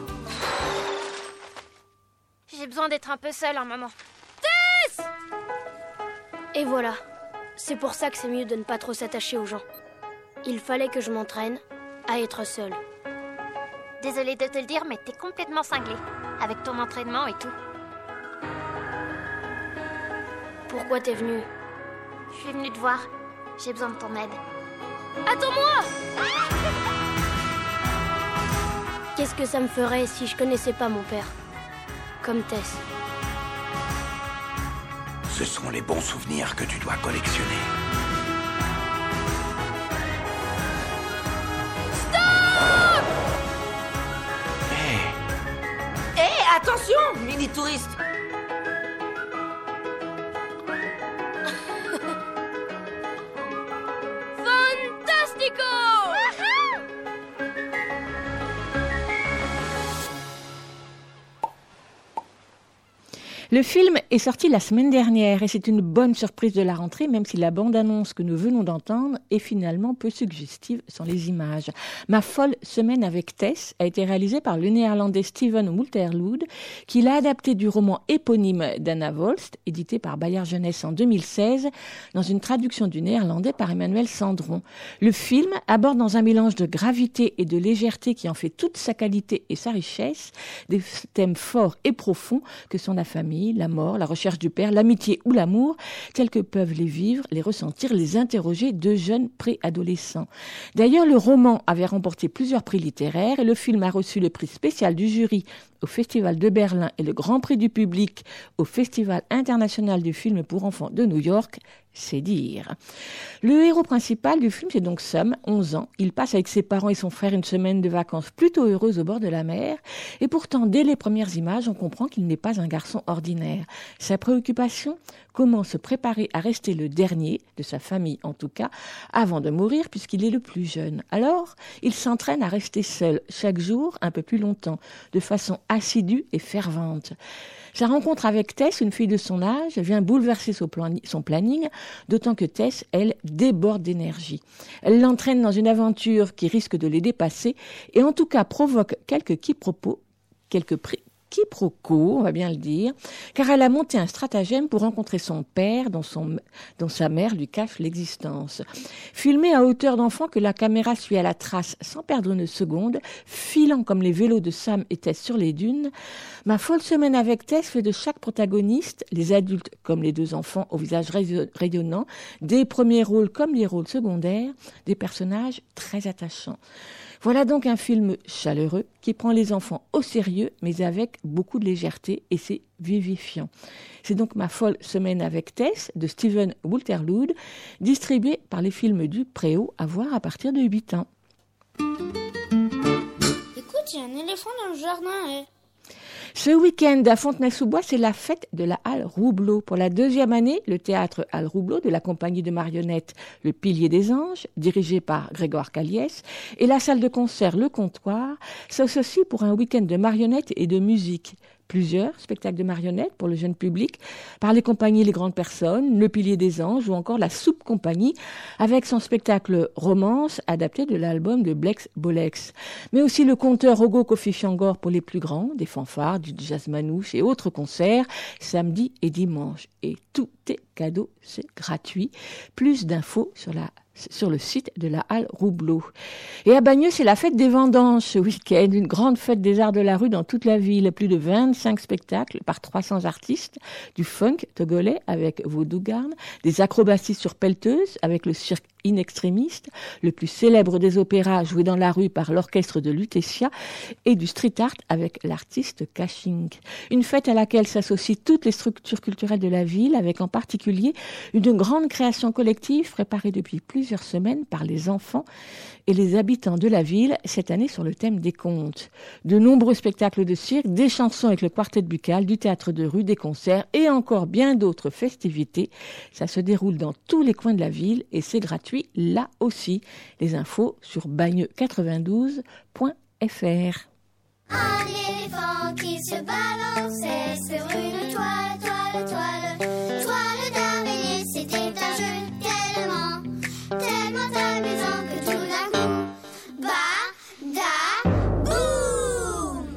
J'ai besoin d'être un peu seule un moment. Tess! Et voilà. C'est pour ça que c'est mieux de ne pas trop s'attacher aux gens. Il fallait que je m'entraîne à être seule. Désolée de te le dire, mais t'es complètement cinglée. Avec ton entraînement et tout. Pourquoi t'es venue? Je suis venue te voir. J'ai besoin de ton aide. Attends-moi! Qu'est-ce que ça me ferait si je connaissais pas mon père? Comme Tess. Ce sont les bons souvenirs que tu dois collectionner. Stop! Hé! Hé, hey, attention, mini-touriste! Fantastico! Le film est sorti la semaine dernière et c'est une bonne surprise de la rentrée, même si la bande-annonce que nous venons d'entendre est finalement peu suggestive sans les images. Ma folle semaine avec Tess a été réalisée par le néerlandais Steven Woolterlood, qui l'a adapté du roman éponyme d'Anna Volst, édité par Bayard Jeunesse en deux mille seize, dans une traduction du néerlandais par Emmanuel Sandron. Le film aborde dans un mélange de gravité et de légèreté qui en fait toute sa qualité et sa richesse, des thèmes forts et profonds que sont la famille, la mort, la recherche du père, l'amitié ou l'amour, tels que peuvent les vivre, les ressentir, les interroger deux jeunes préadolescents. D'ailleurs, le roman avait remporté plusieurs prix littéraires et le film a reçu le prix spécial du jury au Festival de Berlin et le Grand Prix du public au Festival international du film pour enfants de New York, c'est dire. Le héros principal du film, c'est donc Sam, onze ans. Il passe avec ses parents et son frère une semaine de vacances plutôt heureuse au bord de la mer. Et pourtant, dès les premières images, on comprend qu'il n'est pas un garçon ordinaire. Sa préoccupation, comment se préparer à rester le dernier, de sa famille en tout cas, avant de mourir puisqu'il est le plus jeune. Alors, il s'entraîne à rester seul, chaque jour un peu plus longtemps, de façon assidue et fervente. Sa rencontre avec Tess, une fille de son âge, vient bouleverser son planning, d'autant que Tess, elle, déborde d'énergie. Elle l'entraîne dans une aventure qui risque de les dépasser et en tout cas provoque quelques quiproquos, quelques prix. quiproquo, on va bien le dire, car elle a monté un stratagème pour rencontrer son père dont, son, dont sa mère lui cache l'existence. Filmé à hauteur d'enfant que la caméra suit à la trace sans perdre une seconde, filant comme les vélos de Sam et Tess sur les dunes, Ma folle semaine avec Tess fait de chaque protagoniste, les adultes comme les deux enfants au visage rayonnant, des premiers rôles comme les rôles secondaires, des personnages très attachants. Voilà donc un film chaleureux qui prend les enfants au sérieux, mais avec beaucoup de légèreté, et c'est vivifiant. C'est donc Ma folle semaine avec Tess de Steven Woolterlood, distribué par les films du Préau, à voir à partir de huit ans. Écoute, il y a un éléphant dans le jardin. Et... Ce week-end à Fontenay-sous-Bois, c'est la fête de la Halle Roubleau. Pour la deuxième année, le théâtre Halle Roubleau de la compagnie de marionnettes Le Pilier des Anges, dirigé par Grégoire Caliès, et la salle de concert Le Comptoir s'associent pour un week-end de marionnettes et de musique. Plusieurs spectacles de marionnettes pour le jeune public, par les compagnies Les Grandes Personnes, Le Pilier des Anges ou encore la Soupe Compagnie, avec son spectacle Romance, adapté de l'album de Blex Bolex. Mais aussi le conteur Ogo Kofi Fiangor pour les plus grands, des fanfares, du jazz manouche et autres concerts, samedi et dimanche. Et tout est cadeau, c'est gratuit. Plus d'infos sur la sur le site de la Halle Roubleau. Et à Bagneux, c'est la fête des vendanges ce week-end, une grande fête des arts de la rue dans toute la ville. Plus de vingt-cinq spectacles par trois cents artistes, du funk togolais avec Voodoo Garn, des acrobaties sur pelleteuse avec le cirque in extremis, le plus célèbre des opéras joués dans la rue par l'orchestre de Lutetia, et du street art avec l'artiste Cashing. Une fête à laquelle s'associent toutes les structures culturelles de la ville, avec en particulier une grande création collective préparée depuis plusieurs semaines par les enfants et les habitants de la ville, cette année sur le thème des contes. De nombreux spectacles de cirque, des chansons avec le quartet buccal, du théâtre de rue, des concerts et encore bien d'autres festivités. Ça se déroule dans tous les coins de la ville et c'est gratuit là aussi. Les infos sur bagneux quatre-vingt-douze point f r. Un éléphant qui se balançait sur une toile, toile, toile, toile d'araignée. C'était un jeu tellement, tellement amusant que tout d'un coup, bah, da, boum!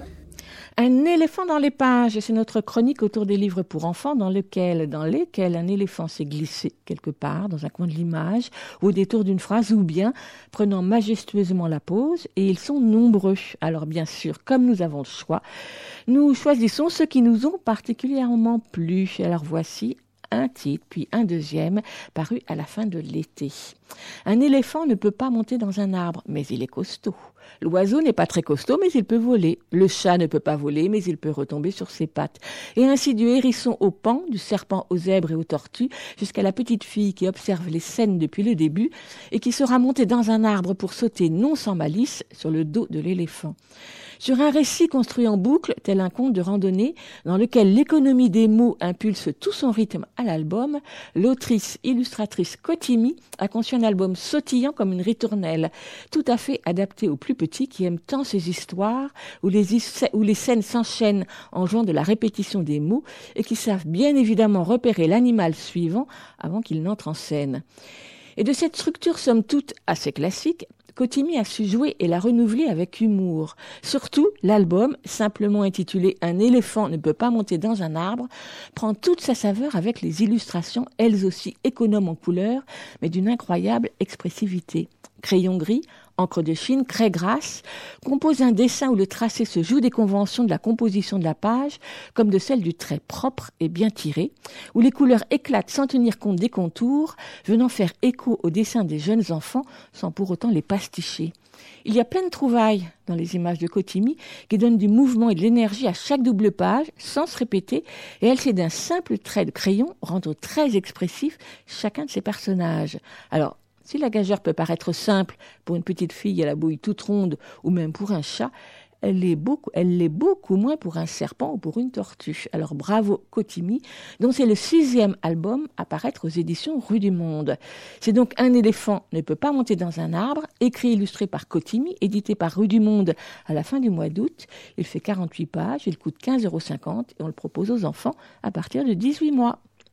Un éléphant dans les pages, c'est notre chronique autour des livres pour enfants dans lequel, dans lesquels un éléphant s'est glissé quelque part dans un coin de l'image, au détour d'une phrase ou bien prenant majestueusement la pose, et ils sont nombreux. Alors bien sûr, comme nous avons le choix, nous choisissons ceux qui nous ont particulièrement plu. Alors voici un titre, puis un deuxième, paru à la fin de l'été. Un éléphant ne peut pas monter dans un arbre, mais il est costaud. L'oiseau n'est pas très costaud, mais il peut voler. Le chat ne peut pas voler, mais il peut retomber sur ses pattes. Et ainsi du hérisson au paon, du serpent aux zèbres et aux tortues, jusqu'à la petite fille qui observe les scènes depuis le début et qui sera montée dans un arbre pour sauter non sans malice sur le dos de l'éléphant. Sur un récit construit en boucle, tel un conte de randonnée, dans lequel l'économie des mots impulse tout son rythme à l'album, l'autrice illustratrice Kotimi a conçu un album sautillant comme une ritournelle, tout à fait adapté aux plus petits qui aiment tant ces histoires où les, où les scènes s'enchaînent en jouant de la répétition des mots et qui savent bien évidemment repérer l'animal suivant avant qu'il n'entre en scène. Et de cette structure somme toute assez classique, Kotimi a su jouer et la renouveler avec humour. Surtout, l'album, simplement intitulé « Un éléphant ne peut pas monter dans un arbre », prend toute sa saveur avec les illustrations, elles aussi économes en couleurs, mais d'une incroyable expressivité. Crayon gris, encre de Chine, craie grasse, compose un dessin où le tracé se joue des conventions de la composition de la page, comme de celle du trait propre et bien tiré, où les couleurs éclatent sans tenir compte des contours, venant faire écho aux dessins des jeunes enfants, sans pour autant les pasticher. Il y a plein de trouvailles dans les images de Kotimi qui donnent du mouvement et de l'énergie à chaque double page, sans se répéter, et elle sait d'un simple trait de crayon rendre très expressif chacun de ses personnages. Alors, si la gageure peut paraître simple pour une petite fille à la bouille toute ronde ou même pour un chat, elle l'est beaucoup, elle l'est beaucoup moins pour un serpent ou pour une tortue. Alors bravo Kotimi, dont c'est le sixième album à paraître aux éditions Rue du Monde. C'est donc Un éléphant ne peut pas monter dans un arbre, écrit et illustré par Kotimi, édité par Rue du Monde à la fin du mois d'août. Il fait quarante-huit pages, il coûte quinze euros cinquante et on le propose aux enfants à partir de dix-huit mois.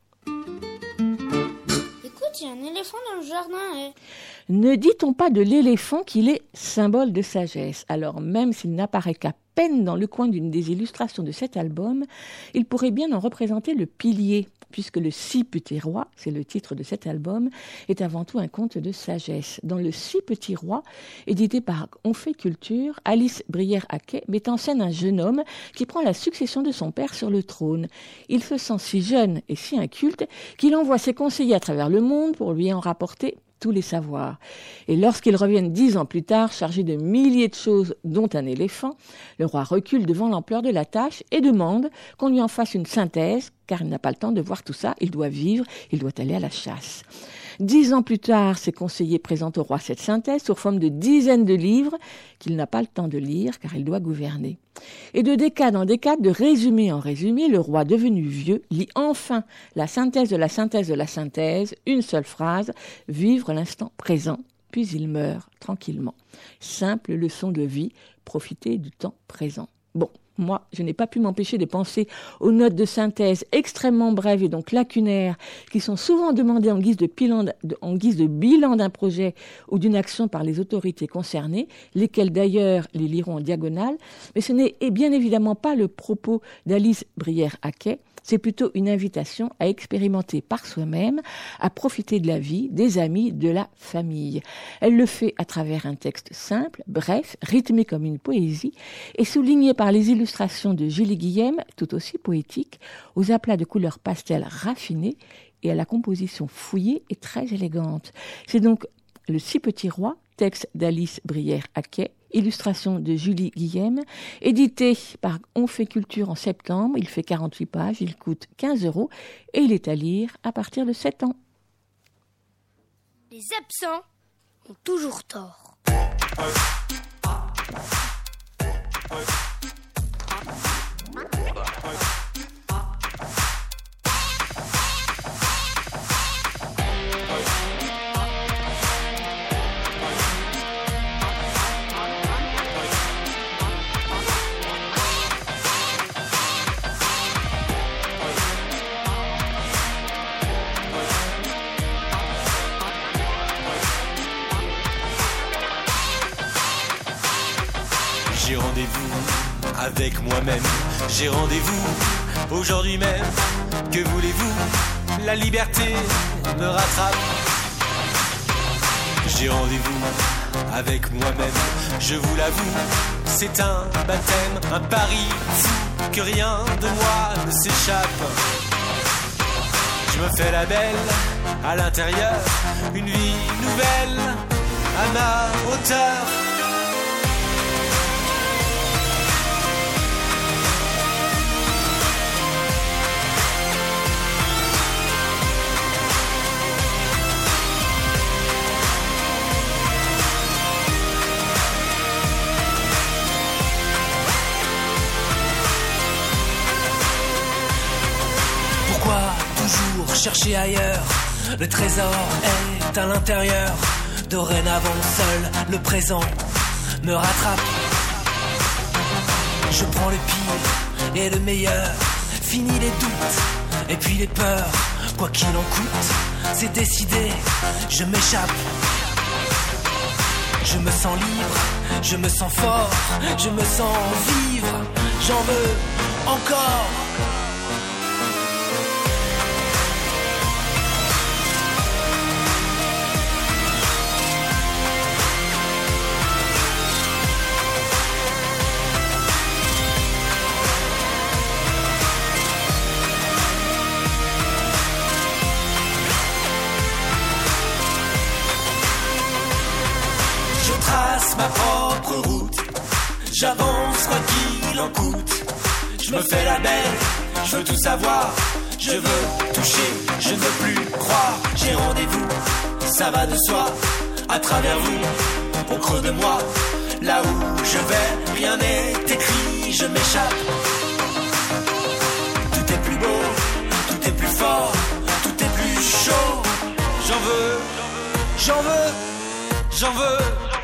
Il y a un éléphant dans le jardin. Et... Ne dit-on pas de l'éléphant qu'il est symbole de sagesse? Alors même s'il n'apparaît qu'à peine dans le coin d'une des illustrations de cet album, il pourrait bien en représenter le pilier, puisque le Six Petits Rois, c'est le titre de cet album, est avant tout un conte de sagesse. Dans le Six Petits Rois, édité par On fait Culture, Alice Brière-Haquet met en scène un jeune homme qui prend la succession de son père sur le trône. Il se sent si jeune et si inculte qu'il envoie ses conseillers à travers le monde pour lui en rapporter tous les savoirs. Et lorsqu'ils reviennent dix ans plus tard, chargés de milliers de choses, dont un éléphant, le roi recule devant l'ampleur de la tâche et demande qu'on lui en fasse une synthèse, car il n'a pas le temps de voir tout ça, il doit vivre, il doit aller à la chasse. Dix ans plus tard, ses conseillers présentent au roi cette synthèse sous forme de dizaines de livres qu'il n'a pas le temps de lire car il doit gouverner. Et de décade en décade, de résumé en résumé, le roi devenu vieux lit enfin la synthèse de la synthèse de la synthèse, une seule phrase, vivre l'instant présent, puis il meurt tranquillement. Simple leçon de vie, profiter du temps présent. Bon. Moi, je n'ai pas pu m'empêcher de penser aux notes de synthèse extrêmement brèves et donc lacunaires qui sont souvent demandées en guise de bilan, en guise de bilan d'un projet ou d'une action par les autorités concernées, lesquelles d'ailleurs les liront en diagonale, mais ce n'est bien évidemment pas le propos d'Alice Brière-Haquet. C'est plutôt une invitation à expérimenter par soi-même, à profiter de la vie, des amis, de la famille. Elle le fait à travers un texte simple, bref, rythmé comme une poésie, et souligné par les illustrations de Julie Guillem, tout aussi poétiques, aux aplats de couleurs pastel raffinés et à la composition fouillée et très élégante. C'est donc Le Si Petit Roi, texte d'Alice Brière-Haquet, illustration de Julie Guillem, édité par On fait Culture en septembre. Il fait quarante-huit pages, il coûte quinze euros et il est à lire à partir de sept ans. Les absents ont toujours tort. J'ai rendez-vous avec moi-même, j'ai rendez-vous aujourd'hui même. Que voulez-vous? La liberté me rattrape. J'ai rendez-vous avec moi-même, je vous l'avoue, c'est un baptême, un pari fou, que rien de moi ne s'échappe. Je me fais la belle à l'intérieur, une vie nouvelle à ma hauteur. Toujours chercher ailleurs, le trésor est à l'intérieur. Dorénavant seul, le présent me rattrape. Je prends le pire et le meilleur, fini les doutes et puis les peurs. Quoi qu'il en coûte, c'est décidé, je m'échappe. Je me sens libre, je me sens fort, je me sens vivre, j'en veux encore. Ma propre route, j'avance quoi qu'il en coûte. Je me fais la belle, je veux tout savoir, je veux toucher, je ne veux plus croire. J'ai rendez-vous, ça va de soi, à travers vous, au creux de moi. Là où je vais, rien n'est écrit, je m'échappe. Tout est plus beau, tout est plus fort, tout est plus chaud. J'en veux, j'en veux, j'en veux.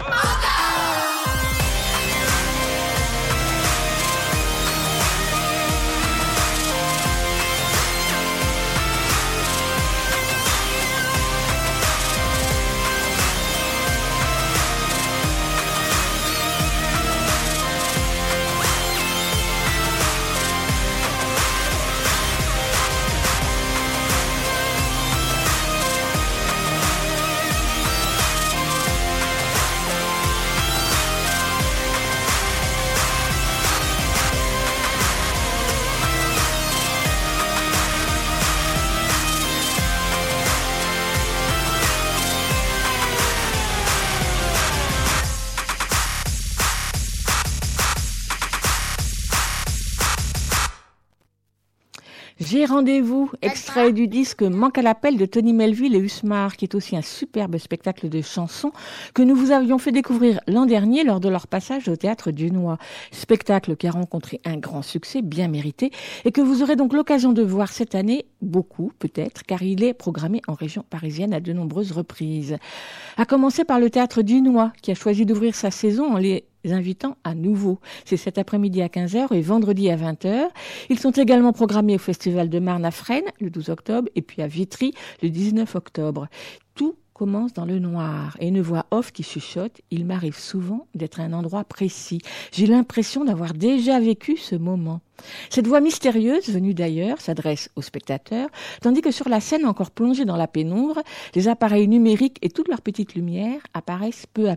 J'ai rendez-vous, extrait du disque Manque à l'appel de Tony Melville et Usmar, qui est aussi un superbe spectacle de chansons que nous vous avions fait découvrir l'an dernier lors de leur passage au Théâtre Dunois. Spectacle qui a rencontré un grand succès, bien mérité, et que vous aurez donc l'occasion de voir cette année, beaucoup peut-être, car il est programmé en région parisienne à de nombreuses reprises. À commencer par le Théâtre Dunois, qui a choisi d'ouvrir sa saison en les invitant à nouveau. C'est cet après-midi à quinze heures et vendredi à vingt heures. Ils sont également programmés au Festival de Marne à Fresnes le douze octobre et puis à Vitry le dix-neuf octobre. Tout commence dans le noir et une voix off qui chuchote. Il m'arrive souvent d'être à un endroit précis. J'ai l'impression d'avoir déjà vécu ce moment. Cette voix mystérieuse, venue d'ailleurs, s'adresse aux spectateurs, tandis que sur la scène encore plongée dans la pénombre, les appareils numériques et toutes leurs petites lumières apparaissent peu à peu.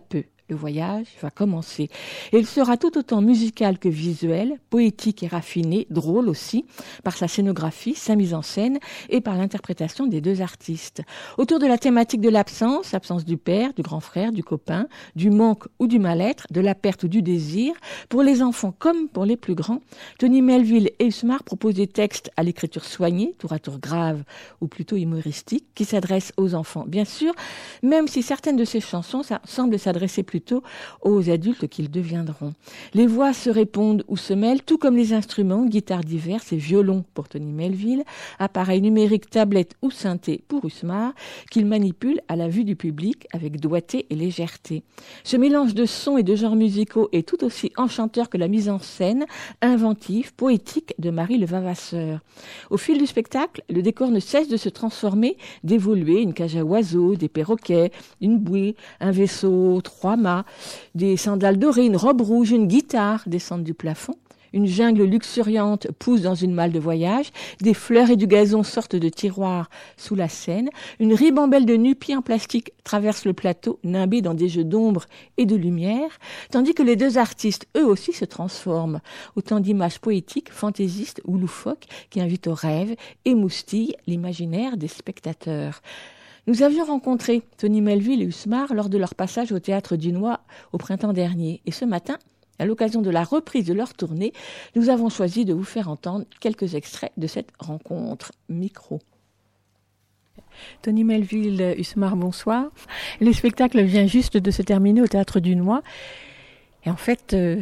Le voyage va commencer. Et il sera tout autant musical que visuel, poétique et raffiné, drôle aussi, par sa scénographie, sa mise en scène et par l'interprétation des deux artistes. Autour de la thématique de l'absence, absence du père, du grand frère, du copain, du manque ou du mal-être, de la perte ou du désir, pour les enfants comme pour les plus grands, Tony Melville et Usmar proposent des textes à l'écriture soignée, tour à tour grave ou plutôt humoristique, qui s'adressent aux enfants, bien sûr, même si certaines de ces chansons ça, semblent s'adresser plutôt aux adultes qu'ils deviendront. Les voix se répondent ou se mêlent, tout comme les instruments, guitares diverses et violons pour Tony Melville, appareils numériques, tablettes ou synthés pour Usmar, qu'il manipule à la vue du public avec doigté et légèreté. Ce mélange de sons et de genres musicaux est tout aussi enchanteur que la mise en scène, inventive, poétique de Marie Le Vavasseur. Au fil du spectacle, le décor ne cesse de se transformer, d'évoluer, une cage à oiseaux, des perroquets, une bouée, un vaisseau, trois mâts, des sandales dorées, une robe rouge, une guitare descendent du plafond. Une jungle luxuriante pousse dans une malle de voyage, des fleurs et du gazon sortent de tiroirs sous la scène, une ribambelle de nu-pieds en plastique traverse le plateau, nimbé dans des jeux d'ombre et de lumière, tandis que les deux artistes, eux aussi, se transforment. Autant d'images poétiques, fantaisistes ou loufoques qui invitent au rêve, émoustillent l'imaginaire des spectateurs. Nous avions rencontré Tony Melville et Usmar lors de leur passage au Théâtre du Noy au printemps dernier. Et ce matin, à l'occasion de la reprise de leur tournée, nous avons choisi de vous faire entendre quelques extraits de cette rencontre. Micro. Tony Melville, Usmar, bonsoir. Le spectacle vient juste de se terminer au Théâtre du Noy. Et en fait, euh,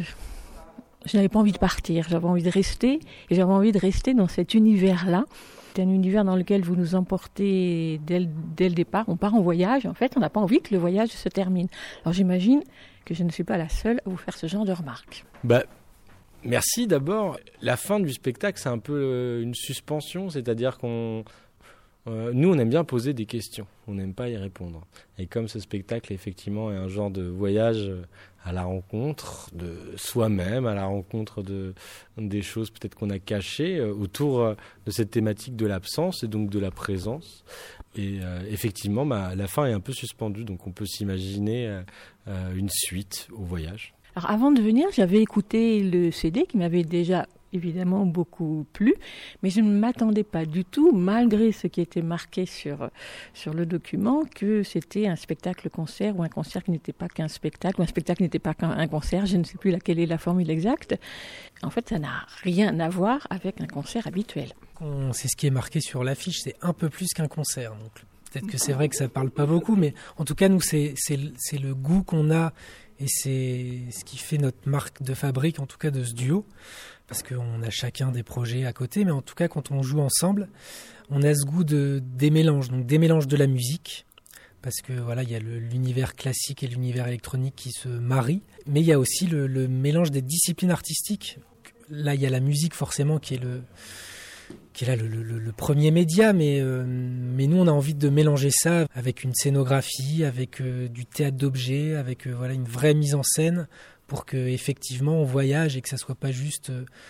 je n'avais pas envie de partir, j'avais envie de rester. Et j'avais envie de rester dans cet univers-là. C'est un univers dans lequel vous nous emportez dès le, dès le départ. On part en voyage, en fait, on n'a pas envie que le voyage se termine. Alors j'imagine que je ne suis pas la seule à vous faire ce genre de remarques. Bah, merci d'abord. La fin du spectacle, c'est un peu une suspension, c'est-à-dire qu'on... Euh, nous, on aime bien poser des questions, on n'aime pas y répondre. Et comme ce spectacle, effectivement, est un genre de voyage à la rencontre de soi-même, à la rencontre de, des choses peut-être qu'on a cachées euh, autour de cette thématique de l'absence et donc de la présence. Et euh, effectivement, bah, la fin est un peu suspendue, donc on peut s'imaginer euh, une suite au voyage. Alors avant de venir, j'avais écouté le C D qui m'avait déjà évidemment beaucoup plu, mais je ne m'attendais pas du tout, malgré ce qui était marqué sur, sur le document, que c'était un spectacle-concert ou un concert qui n'était pas qu'un spectacle, ou un spectacle qui n'était pas qu'un concert, je ne sais plus laquelle est la formule exacte. En fait, ça n'a rien à voir avec un concert habituel. On, c'est ce qui est marqué sur l'affiche, c'est un peu plus qu'un concert. Donc peut-être que c'est vrai que ça ne parle pas beaucoup, mais en tout cas, nous, c'est, c'est, c'est le goût qu'on a et c'est ce qui fait notre marque de fabrique, en tout cas de ce duo. Parce qu'on a chacun des projets à côté, mais en tout cas, quand on joue ensemble, on a ce goût de, des mélanges, donc des mélanges de la musique, parce que voilà, il y a le, l'univers classique et l'univers électronique qui se marient, mais il y a aussi le, le mélange des disciplines artistiques. Là, il y a la musique forcément qui est le, qui est là le, le, le premier média, mais, euh, mais nous, on a envie de mélanger ça avec une scénographie, avec euh, du théâtre d'objets, avec euh, voilà, une vraie mise en scène, pour que effectivement on voyage et que ça soit pas juste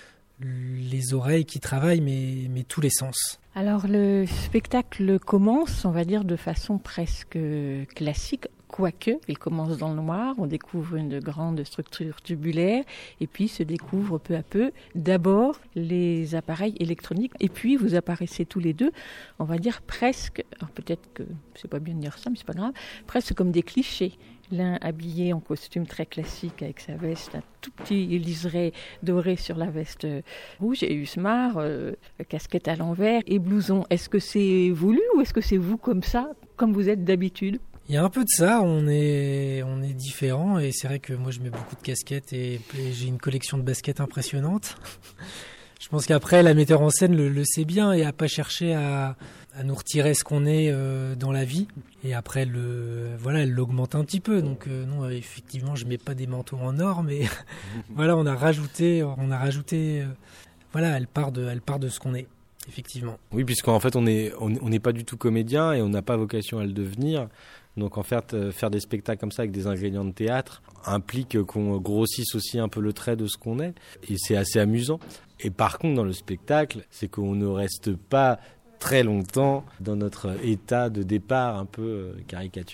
les oreilles qui travaillent, mais, mais tous les sens. Alors le spectacle commence, on va dire, de façon presque classique, quoique il commence dans le noir, on découvre une grande structure tubulaire et puis se découvre peu à peu d'abord les appareils électroniques et puis vous apparaissez tous les deux, on va dire presque, alors peut-être que c'est pas bien de dire ça mais c'est pas grave, presque comme des clichés. L'un habillé en costume très classique avec sa veste, un tout petit liseré doré sur la veste rouge et Usmar, euh, casquette à l'envers et blouson. Est-ce que c'est voulu ou est-ce que c'est vous comme ça, comme vous êtes d'habitude ? Il y a un peu de ça, on est, on est différents et c'est vrai que moi je mets beaucoup de casquettes et, et j'ai une collection de baskets impressionnante. Je pense qu'après la metteur en scène le, le sait bien et a pas cherché à, à nous retirer ce qu'on est euh, dans la vie. Et après le, voilà, elle l'augmente un petit peu. Donc euh, non, effectivement, je mets pas des manteaux en or, mais voilà, on a rajouté, on a rajouté, euh, voilà, elle part de, elle part de ce qu'on est. Effectivement. Oui, puisqu'en fait, on est, on n'est pas du tout comédien et on n'a pas vocation à le devenir. Donc en fait, euh, faire des spectacles comme ça avec des ingrédients de théâtre implique qu'on grossisse aussi un peu le trait de ce qu'on est. Et c'est assez amusant. Et par contre, dans le spectacle, c'est qu'on ne reste pas très longtemps dans notre état de départ un peu caricatural.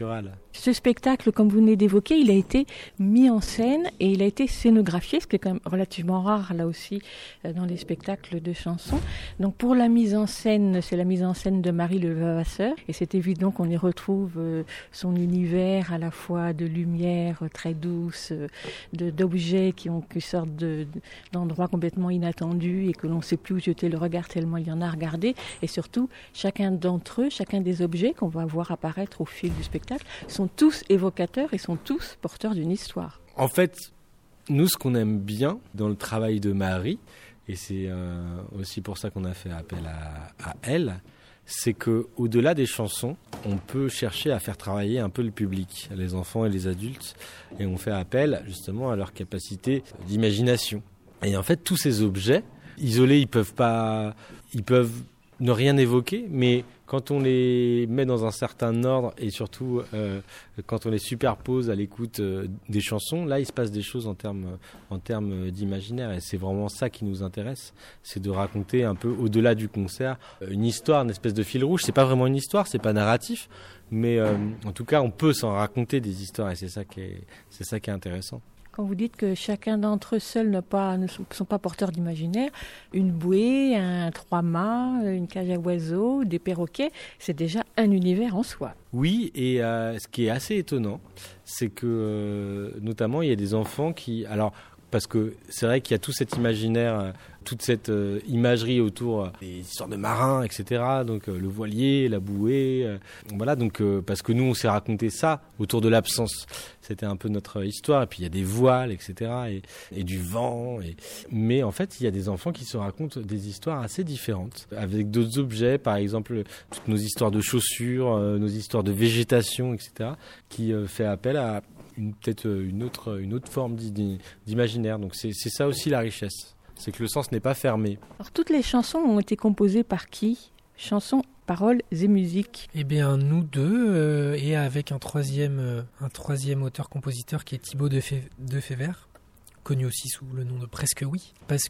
Ce spectacle, comme vous venez d'évoquer, il a été mis en scène et il a été scénographié, ce qui est quand même relativement rare là aussi dans les spectacles de chansons. Donc pour la mise en scène, c'est la mise en scène de Marie Levavasseur et c'est évident qu'on y retrouve son univers à la fois de lumière très douce, de, d'objets qui, ont, qui sortent de, d'endroits complètement inattendus et que l'on ne sait plus où jeter le regard tellement il y en a à regarder. Et surtout, chacun d'entre eux, chacun des objets qu'on va voir apparaître au fil du spectacle sont tous évocateurs et sont tous porteurs d'une histoire. En fait, nous, ce qu'on aime bien dans le travail de Marie, et c'est euh, aussi pour ça qu'on a fait appel à, à elle, c'est qu'au-delà des chansons, on peut chercher à faire travailler un peu le public, les enfants et les adultes, et on fait appel justement à leur capacité d'imagination. Et en fait, tous ces objets, isolés, ils peuvent pas, ils peuvent ne rien évoquer, mais quand on les met dans un certain ordre et surtout euh, quand on les superpose à l'écoute euh, des chansons, là il se passe des choses en termes en termes d'imaginaire et c'est vraiment ça qui nous intéresse, c'est de raconter un peu au-delà du concert une histoire, une espèce de fil rouge. C'est pas vraiment une histoire, c'est pas narratif, mais euh, en tout cas on peut s'en raconter des histoires et c'est ça qui est c'est ça qui est intéressant. Quand vous dites que chacun d'entre eux seuls ne, pas, ne sont, sont pas porteurs d'imaginaire, une bouée, un trois-mâts, une cage à oiseaux, des perroquets, c'est déjà un univers en soi. Oui, et euh, ce qui est assez étonnant, c'est que euh, notamment il y a des enfants qui... alors parce que c'est vrai qu'il y a tout cet imaginaire, toute cette euh, imagerie autour euh, des histoires de marins, et cetera. Donc euh, le voilier, la bouée, euh, voilà. Donc euh, parce que nous on s'est raconté ça autour de l'absence. C'était un peu notre histoire. Et puis il y a des voiles, et cetera. Et, et du vent. Et... Mais en fait il y a des enfants qui se racontent des histoires assez différentes avec d'autres objets, par exemple toutes nos histoires de chaussures, euh, nos histoires de végétation, et cetera. Qui euh, fait appel à Une, peut-être une autre, une autre forme d'imaginaire. Donc c'est, c'est ça aussi la richesse. C'est que le sens n'est pas fermé. Alors toutes les chansons ont été composées par qui ? Chansons, paroles et musique. Eh bien nous deux, euh, et avec un troisième, euh, un troisième auteur-compositeur qui est Thibaut Defebvre, connu aussi sous le nom de Presque Oui, parce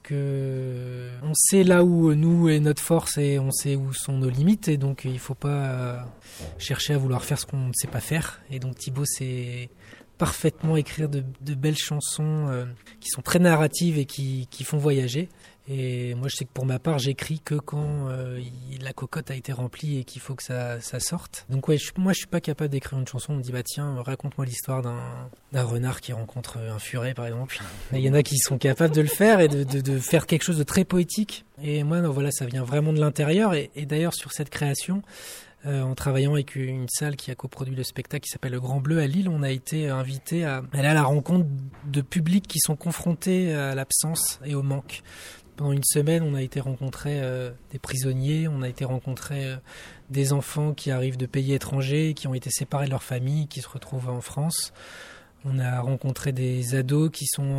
que on sait là où nous est notre force et on sait où sont nos limites, et donc il ne faut pas chercher à vouloir faire ce qu'on ne sait pas faire. Et donc Thibaut sait parfaitement écrire de, de belles chansons euh, qui sont très narratives et qui, qui font voyager. Et moi je sais que pour ma part j'écris que quand euh, il, la cocotte a été remplie et qu'il faut que ça, ça sorte. Donc ouais, je, moi je suis pas capable d'écrire une chanson, on me dit bah tiens raconte-moi l'histoire d'un, d'un renard qui rencontre un furet par exemple. Il y en a qui sont capables de le faire et de, de, de faire quelque chose de très poétique. Et moi non, voilà, ça vient vraiment de l'intérieur. Et, et d'ailleurs sur cette création, Euh, en travaillant avec une salle qui a coproduit le spectacle qui s'appelle Le Grand Bleu à Lille, on a été invité à aller à la rencontre de publics qui sont confrontés à l'absence et au manque. Pendant une semaine, on a été rencontrer euh, des prisonniers, on a été rencontrer euh, des enfants qui arrivent de pays étrangers, qui ont été séparés de leur famille, qui se retrouvent en France. On a rencontré des ados qui sont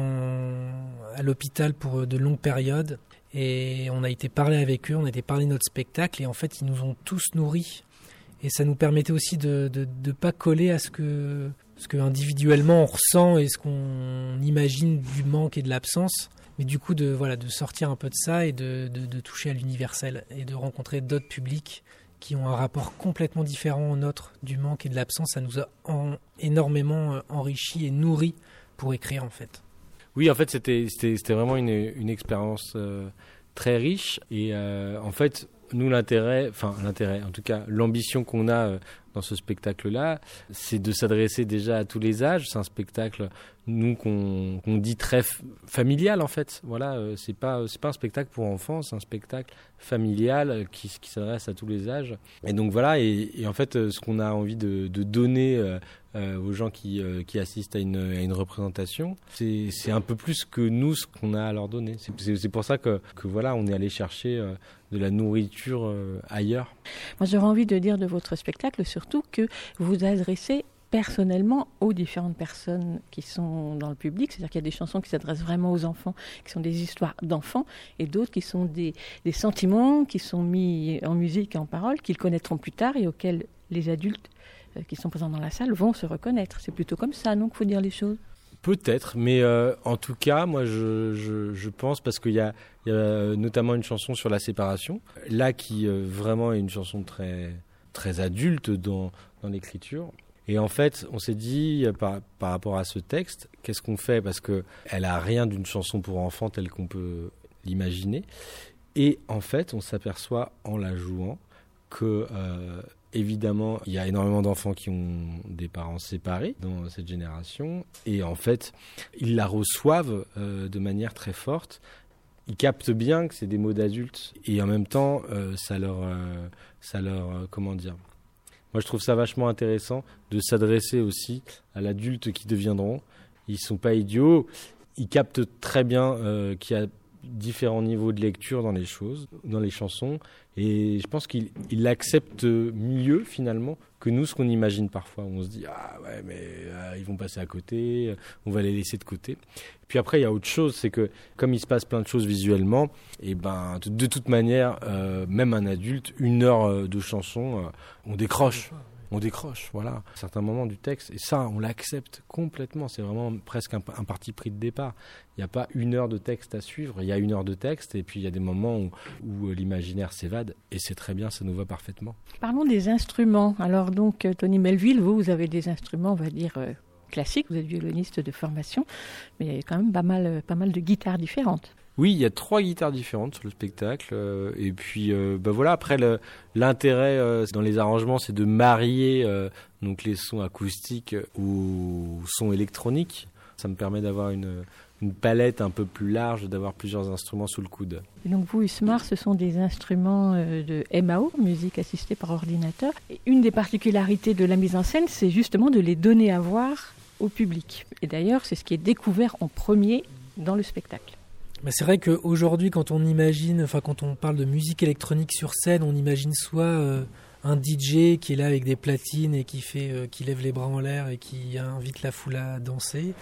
en, à l'hôpital pour de longues périodes. Et on a été parler avec eux, on a été parler de notre spectacle, et en fait, ils nous ont tous nourris. Et ça nous permettait aussi de de, de pas coller à ce que, ce que individuellement on ressent et ce qu'on imagine du manque et de l'absence. Mais du coup, de, voilà, de sortir un peu de ça et de, de, de toucher à l'universel et de rencontrer d'autres publics qui ont un rapport complètement différent au nôtre du manque et de l'absence. Ça nous a en, énormément enrichi et nourri pour écrire, en fait. Oui, en fait, c'était, c'était, c'était vraiment une, une expérience euh, très riche. Et euh, en fait, nous, l'intérêt, enfin l'intérêt, en tout cas, l'ambition qu'on a euh, dans ce spectacle-là, c'est de s'adresser déjà à tous les âges. C'est un spectacle, nous, qu'on, qu'on dit très f- familial, en fait. Voilà, euh, c'est pas, c'est pas un spectacle pour enfants, c'est un spectacle familial euh, qui, qui s'adresse à tous les âges. Et donc voilà, et, et en fait, euh, ce qu'on a envie de, de donner euh, euh, aux gens qui, euh, qui assistent à une, à une représentation, c'est, c'est un peu plus que nous, ce qu'on a à leur donner. C'est, c'est, c'est pour ça que, que voilà, on est allé chercher euh, de la nourriture euh, ailleurs. Moi, j'aurais envie de dire de votre spectacle surtout que vous vous adressez personnellement aux différentes personnes qui sont dans le public. C'est-à-dire qu'il y a des chansons qui s'adressent vraiment aux enfants, qui sont des histoires d'enfants, et d'autres qui sont des, des sentiments qui sont mis en musique et en paroles, qu'ils connaîtront plus tard et auxquels les adultes euh, qui sont présents dans la salle vont se reconnaître. C'est plutôt comme ça, non, qu'il faut dire les choses. Peut-être, mais euh, en tout cas, moi, je, je, je pense, parce qu'il y a, il y a notamment une chanson sur la séparation, là qui euh, vraiment est une chanson très, très adulte dans, dans l'écriture. Et en fait, on s'est dit, par, par rapport à ce texte, qu'est-ce qu'on fait ? Parce qu'elle n'a rien d'une chanson pour enfants telle qu'on peut l'imaginer. Et en fait, on s'aperçoit en la jouant que, euh, évidemment, il y a énormément d'enfants qui ont des parents séparés dans cette génération. Et en fait, ils la reçoivent euh, de manière très forte. Ils captent bien que c'est des mots d'adultes. Et en même temps, euh, ça leur... Euh, ça leur euh, comment dire ? Moi, je trouve ça vachement intéressant de s'adresser aussi à l'adulte qui deviendront. Ils sont pas idiots. Ils captent très bien euh, qu'il y a différents niveaux de lecture dans les choses, dans les chansons. Et je pense qu'ils ils l'acceptent mieux, finalement, que nous, ce qu'on imagine parfois. On se dit, ah ouais, mais euh, ils vont passer à côté, on va les laisser de côté. Puis après, il y a autre chose, c'est que comme il se passe plein de choses visuellement, et ben, de, de toute manière, euh, même un adulte, une heure de chanson, euh, on décroche. On décroche, voilà, à certains moments du texte. Et ça, on l'accepte complètement. C'est vraiment presque un, un parti pris de départ. Il n'y a pas une heure de texte à suivre. Il y a une heure de texte et puis il y a des moments où, où l'imaginaire s'évade. Et c'est très bien, ça nous va parfaitement. Parlons des instruments. Alors donc, Tony Melville, vous, vous avez des instruments, on va dire, euh, classiques. Vous êtes violoniste de formation. Mais il y a quand même pas mal, pas mal de guitares différentes. Oui, il y a trois guitares différentes sur le spectacle. Euh, et puis, euh, bah voilà. Après, le, l'intérêt euh, dans les arrangements, c'est de marier euh, donc les sons acoustiques aux sons électroniques. Ça me permet d'avoir une, une palette un peu plus large, d'avoir plusieurs instruments sous le coude. Et donc vous, Usmar, ce sont des instruments euh, de M A O, musique assistée par ordinateur. Et une des particularités de la mise en scène, c'est justement de les donner à voir au public. Et d'ailleurs, c'est ce qui est découvert en premier dans le spectacle. Mais c'est vrai qu'aujourd'hui, quand on imagine, enfin quand on parle de musique électronique sur scène, on imagine soit euh, un D J qui est là avec des platines et qui fait, euh, qui lève les bras en l'air et qui invite la foule à danser,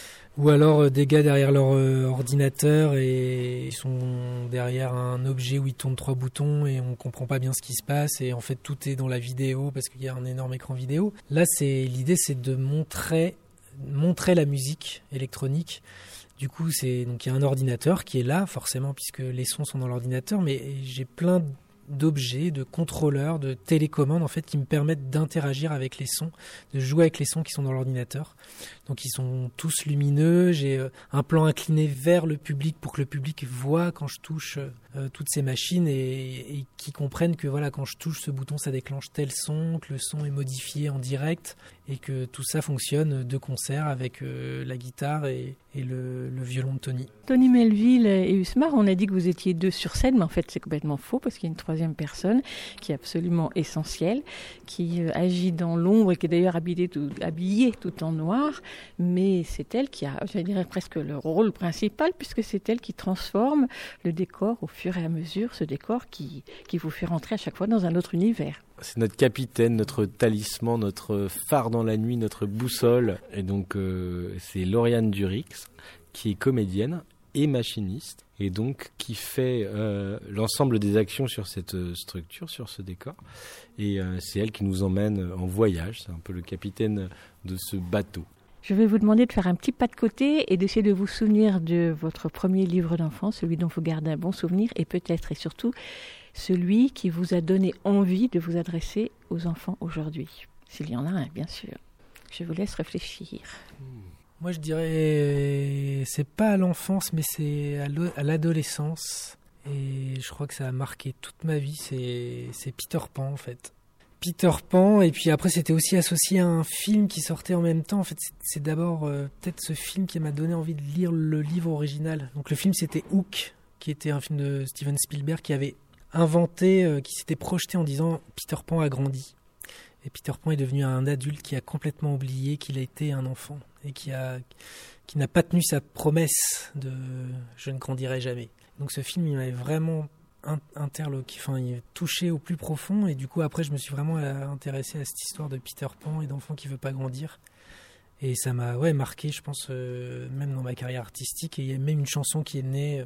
ou alors euh, des gars derrière leur euh, ordinateur et ils sont derrière un objet où ils tournent trois boutons et on comprend pas bien ce qui se passe et en fait tout est dans la vidéo parce qu'il y a un énorme écran vidéo. Là, c'est l'idée, c'est de montrer, montrer la musique électronique. Du coup, c'est donc il y a un ordinateur qui est là, forcément, puisque les sons sont dans l'ordinateur, mais j'ai plein d'objets, de contrôleurs, de télécommandes, en fait, qui me permettent d'interagir avec les sons, de jouer avec les sons qui sont dans l'ordinateur. Donc, ils sont tous lumineux. J'ai un plan incliné vers le public pour que le public voit quand je touche euh, toutes ces machines et, et qu'ils comprennent que voilà, quand je touche ce bouton, ça déclenche tel son, que le son est modifié en direct et que tout ça fonctionne de concert avec euh, la guitare et, et le, le violon de Tony. Tony Melville et Usmar, on a dit que vous étiez deux sur scène, mais en fait c'est complètement faux parce qu'il y a une troisième personne qui est absolument essentielle, qui euh, agit dans l'ombre et qui est d'ailleurs habillée tout, habillée tout en noir, mais c'est elle qui a, je dirais presque le rôle principal puisque c'est elle qui transforme le décor au fur et à mesure, ce décor qui, qui vous fait rentrer à chaque fois dans un autre univers. C'est notre capitaine, notre talisman, notre phare dans la nuit, notre boussole. Et donc, euh, c'est Lauriane Durix, qui est comédienne et machiniste, et donc qui fait euh, l'ensemble des actions sur cette structure, sur ce décor. Et euh, c'est elle qui nous emmène en voyage. C'est un peu le capitaine de ce bateau. Je vais vous demander de faire un petit pas de côté et d'essayer de vous souvenir de votre premier livre d'enfance, celui dont vous gardez un bon souvenir, et peut-être et surtout celui qui vous a donné envie de vous adresser aux enfants aujourd'hui. S'il y en a un, bien sûr. Je vous laisse réfléchir. Moi, je dirais, c'est pas à l'enfance, mais c'est à l'adolescence. Et je crois que ça a marqué toute ma vie. C'est, c'est Peter Pan, en fait. Peter Pan, et puis après, c'était aussi associé à un film qui sortait en même temps. En fait, c'est, c'est d'abord euh, peut-être ce film qui m'a donné envie de lire le livre original. Donc, le film, c'était Hook, qui était un film de Steven Spielberg qui avait inventé, euh, qui s'était projeté en disant Peter Pan a grandi. Et Peter Pan est devenu un adulte qui a complètement oublié qu'il a été un enfant et qui, a, qui n'a pas tenu sa promesse de « je ne grandirai jamais ». Donc ce film, il m'avait vraiment interloqué, enfin, il touché au plus profond. Et du coup, après, je me suis vraiment intéressé à cette histoire de Peter Pan et d'enfant qui ne veut pas grandir. Et ça m'a ouais, marqué, je pense, euh, même dans ma carrière artistique. Et il y a même une chanson qui est née euh,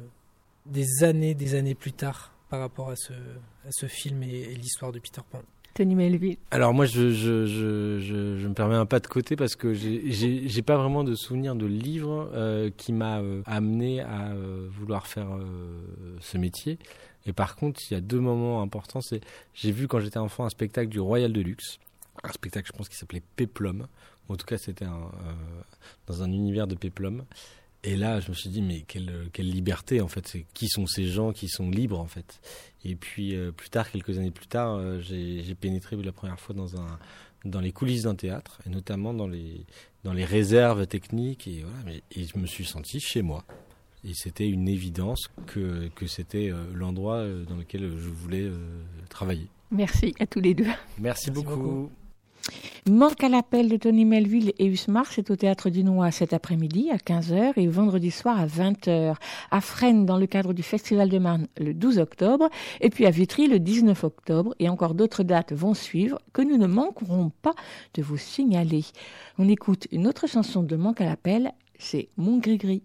des années, des années plus tard par rapport à ce, à ce film et, et l'histoire de Peter Pan. Tony Melville. Alors moi, je, je, je, je, je me permets un pas de côté parce que j'ai, j'ai, j'ai pas vraiment de souvenir de livre euh, qui m'a euh, amené à euh, vouloir faire euh, ce métier. Et par contre, il y a deux moments importants. C'est, j'ai vu quand j'étais enfant un spectacle du Royal Deluxe un spectacle, je pense, qui s'appelait Péplum. En tout cas, c'était un, euh, dans un univers de Péplum. Et là, je me suis dit, mais quelle, quelle liberté, en fait. C'est, qui sont ces gens qui sont libres, en fait. Et puis, euh, plus tard, quelques années plus tard, euh, j'ai, j'ai pénétré la première fois dans, un, dans les coulisses d'un théâtre, et notamment dans les, dans les réserves techniques. Et, voilà, mais, et je me suis senti chez moi. Et c'était une évidence que, que c'était euh, l'endroit dans lequel je voulais euh, travailler. Merci à tous les deux. Merci, Merci beaucoup. beaucoup. Manque à l'appel de Tony Melville et Usmar, c'est au Théâtre du Noix cet après-midi à quinze heures et vendredi soir à vingt heures. À Fresnes dans le cadre du Festival de Marne le douze octobre et puis à Vitry le dix-neuf octobre. Et encore d'autres dates vont suivre que nous ne manquerons pas de vous signaler. On écoute une autre chanson de Manque à l'appel, c'est Mon Gris-Gris.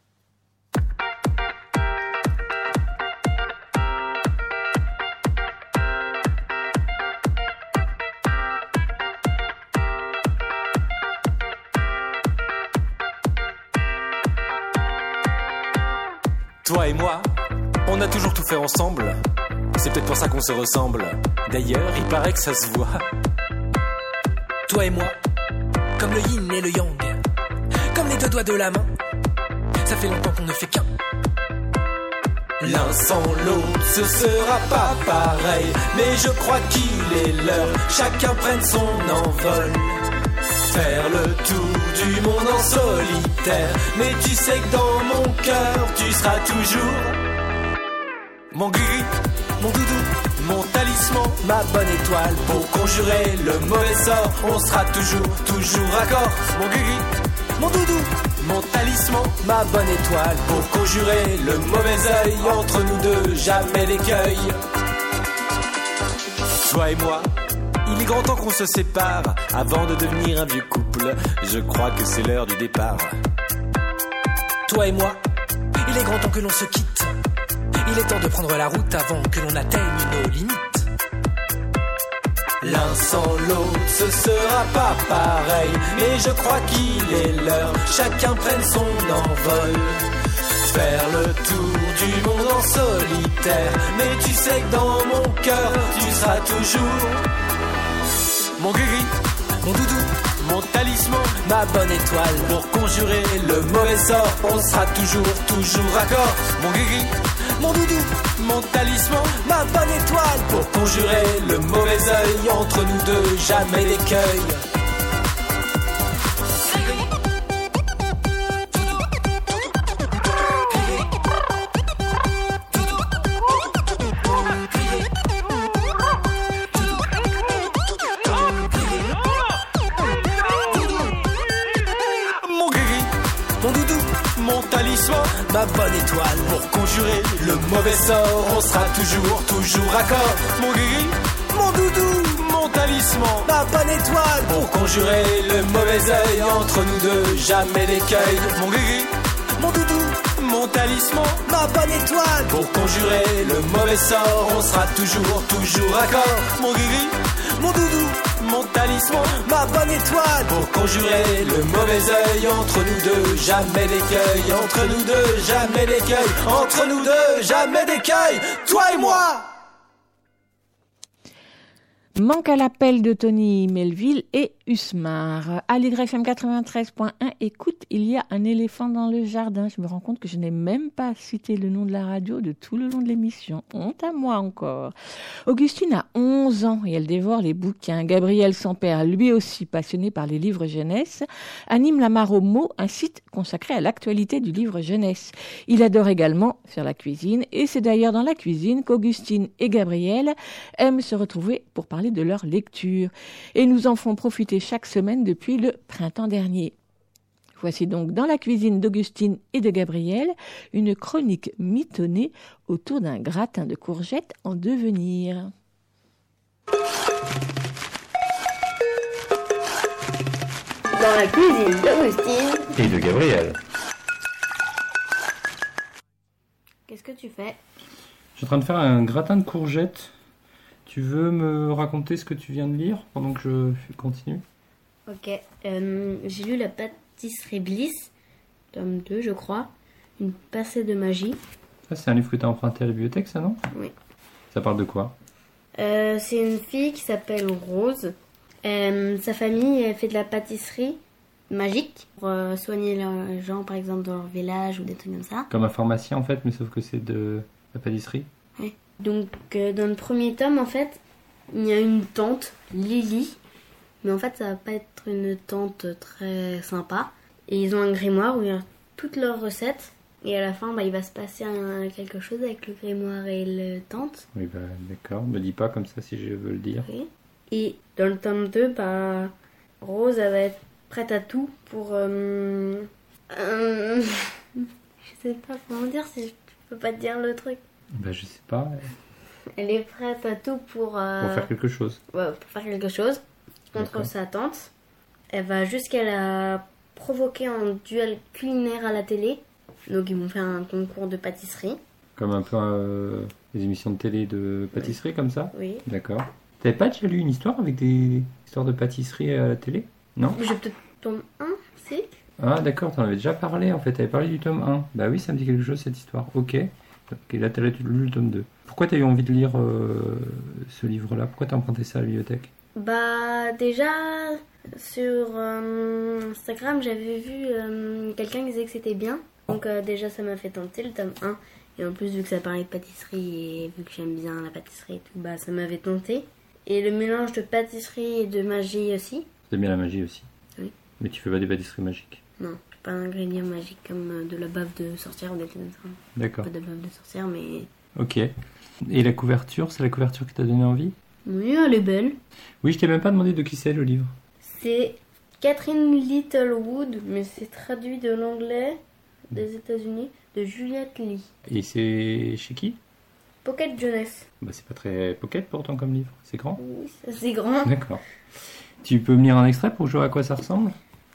Toi et moi, on a toujours tout fait ensemble. C'est peut-être pour ça qu'on se ressemble. D'ailleurs, il paraît que ça se voit. Toi et moi, comme le yin et le yang, comme les deux doigts de la main. Ça fait longtemps qu'on ne fait qu'un. L'un sans l'autre, ce sera pas pareil. Mais je crois qu'il est l'heure, chacun prenne son envol. Faire le tour du monde en solitaire. Mais tu sais que dans mon cœur, tu seras toujours mon gris, mon doudou, mon talisman, ma bonne étoile. Pour conjurer le mauvais sort, on sera toujours, toujours raccord. Mon gris, mon doudou, mon talisman, ma bonne étoile. Pour conjurer le mauvais œil, entre nous deux, jamais d'écueil. Toi et moi, il est grand temps qu'on se sépare avant de devenir un vieux couple. Je crois que c'est l'heure du départ. Toi et moi, il est grand temps que l'on se quitte. Il est temps de prendre la route avant que l'on atteigne nos limites. L'un sans l'autre, ce sera pas pareil. Mais je crois qu'il est l'heure, chacun prenne son envol. Faire le tour du monde en solitaire. Mais tu sais que dans mon cœur, tu seras toujours mon gris, mon doudou, mon talisman, ma bonne étoile. Pour conjurer le mauvais sort, on sera toujours, toujours raccord. Mon gris, mon doudou, mon talisman, ma bonne étoile. Pour conjurer le mauvais œil, entre nous deux, jamais d'écueil. Ma bonne étoile, pour conjurer le mauvais sort, on sera toujours, toujours raccord. Mon gris, mon doudou, mon talisman, ma bonne étoile, pour conjurer le mauvais œil, entre nous deux, jamais d'écueil. Mon gris, mon doudou, mon talisman, ma bonne étoile, pour conjurer le mauvais sort, on sera toujours, toujours raccord. Mon gris, mon doudou, mon talisman, ma bonne étoile, pour conjurer le mauvais œil, entre nous deux, jamais d'écueil. Entre nous deux, jamais d'écueil. Entre nous deux, jamais d'écueil. Toi et moi. Manque à l'appel de Tony Melville et Usmar. À l'Y F M quatre-vingt-treize point un, écoute, il y a un éléphant dans le jardin. Je me rends compte que je n'ai même pas cité le nom de la radio de tout le long de l'émission. Honte à moi encore. Augustine a onze ans et elle dévore les bouquins. Gabriel, son père, lui aussi passionné par les livres jeunesse, anime la Mare aux mots, un site consacré à l'actualité du livre jeunesse. Il adore également faire la cuisine et c'est d'ailleurs dans la cuisine qu'Augustine et Gabriel aiment se retrouver pour parler de leur lecture. Et nous en font profiter chaque semaine depuis le printemps dernier. Voici donc dans la cuisine d'Augustine et de Gabriel une chronique mitonnée autour d'un gratin de courgettes en devenir. Dans la cuisine d'Augustine et de Gabriel. Qu'est-ce que tu fais? Je suis en train de faire un gratin de courgettes. Tu veux me raconter ce que tu viens de lire pendant que je continue? Ok, euh, j'ai lu La pâtisserie Bliss, tome deux je crois, une pincée de magie. Ça, c'est un livre que tu as emprunté à la bibliothèque, ça, non? Oui. Ça parle de quoi? euh, C'est une fille qui s'appelle Rose Euh, sa famille elle fait de la pâtisserie magique pour euh, soigner les gens, par exemple, dans leur village ou des trucs comme ça. Comme un pharmacien en fait, mais sauf que c'est de la pâtisserie. Oui. Donc, euh, dans le premier tome, en fait, il y a une tante, Lily, mais en fait, ça va pas être une tante très sympa. Et ils ont un grimoire où il y a toutes leurs recettes. Et à la fin, bah, il va se passer un, quelque chose avec le grimoire et le tante. Oui, bah, d'accord. Me dis pas comme ça si je veux le dire. Oui. Et dans le tome deux, bah, Rose, elle va être prête à tout pour... Euh, euh, je sais pas comment dire si je peux pas te dire le truc. Bah, je sais pas. Elle est prête à tout pour... Euh, pour faire quelque chose. Ouais, pour faire quelque chose contre D'accord. sa tante. Elle va jusqu'à la provoquer un duel culinaire à la télé. Donc ils vont faire un concours de pâtisserie. Comme un peu euh, des émissions de télé de pâtisserie, oui. Comme ça. Oui. D'accord. T'avais pas déjà lu une histoire avec des histoires de pâtisserie à la télé? Non? J'ai peut-être tome un, si. Ah d'accord, t'en avais déjà parlé en fait, t'avais parlé du tome un. Bah oui, ça me dit quelque chose cette histoire. Ok. Ok, là t'as lu le tome deux. Pourquoi t'as eu envie de lire euh, ce livre-là? Pourquoi t'as emprunté ça à la bibliothèque? Bah déjà, sur euh, Instagram, j'avais vu euh, quelqu'un qui disait que c'était bien. Donc euh, déjà ça m'a fait tenter le tome un. Et en plus vu que ça parlait de pâtisserie et vu que j'aime bien la pâtisserie et tout, bah ça m'avait tenté. Et le mélange de pâtisserie et de magie aussi. T'aimes bien la magie aussi? Oui. Mais tu fais pas des pâtisseries magiques? Non, pas d'ingrédients magiques comme de la bave de sorcière ou des trucs comme ça. D'accord. Pas de bave de sorcière mais... Ok. Et la couverture, c'est la couverture qui t'a donné envie? Oui, elle est belle. Oui, je t'ai même pas demandé de qui c'est le livre. C'est Catherine Littlewood, mais c'est traduit de l'anglais des États-Unis, de Juliette Lee. Et c'est chez qui? Pocket Jeunesse. Bah c'est pas très pocket pourtant comme livre, c'est grand? Oui, c'est assez grand. D'accord. Tu peux me lire un extrait pour jouer à quoi ça ressemble?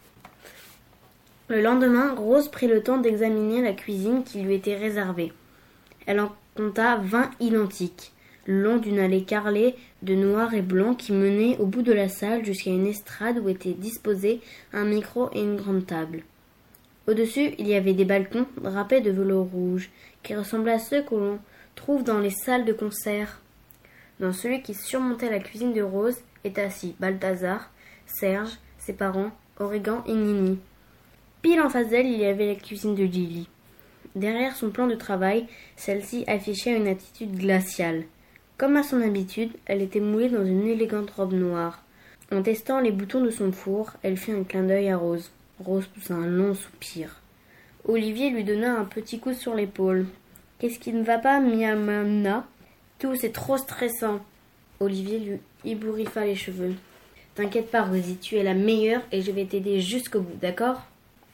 Le lendemain, Rose prit le temps d'examiner la cuisine qui lui était réservée. Elle en compta vingt identiques, le long d'une allée carrelée de noir et blanc qui menait au bout de la salle jusqu'à une estrade où étaient disposés un micro et une grande table. Au-dessus, il y avait des balcons drapés de velours rouge, qui ressemblaient à ceux que l'on trouve dans les salles de concert. Dans celui qui surmontait la cuisine de Rose étaient assis Balthazar, Serge, ses parents, Origan et Nini. Pile en face d'elle, il y avait la cuisine de Lily. Derrière son plan de travail, celle-ci affichait une attitude glaciale. Comme à son habitude, elle était mouillée dans une élégante robe noire. En testant les boutons de son four, elle fit un clin d'œil à Rose. Rose poussa un long soupir. Olivier lui donna un petit coup sur l'épaule. « Qu'est-ce qui ne va pas, Miamana ? Tout, c'est trop stressant. » Olivier lui ébouriffa les cheveux. « T'inquiète pas, Rosie, tu es la meilleure et je vais t'aider jusqu'au bout, d'accord ?»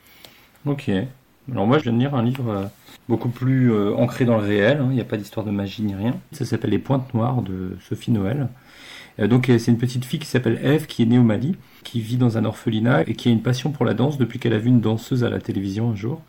Ok. Alors moi, je viens de lire un livre euh, beaucoup plus euh, ancré dans le réel. Il n'y a pas d'histoire de magie ni rien. Ça s'appelle Les Pointes Noires de Sophie Noël. Euh, donc c'est une petite fille qui s'appelle Eve, qui est née au Mali, qui vit dans un orphelinat et qui a une passion pour la danse depuis qu'elle a vu une danseuse à la télévision un jour.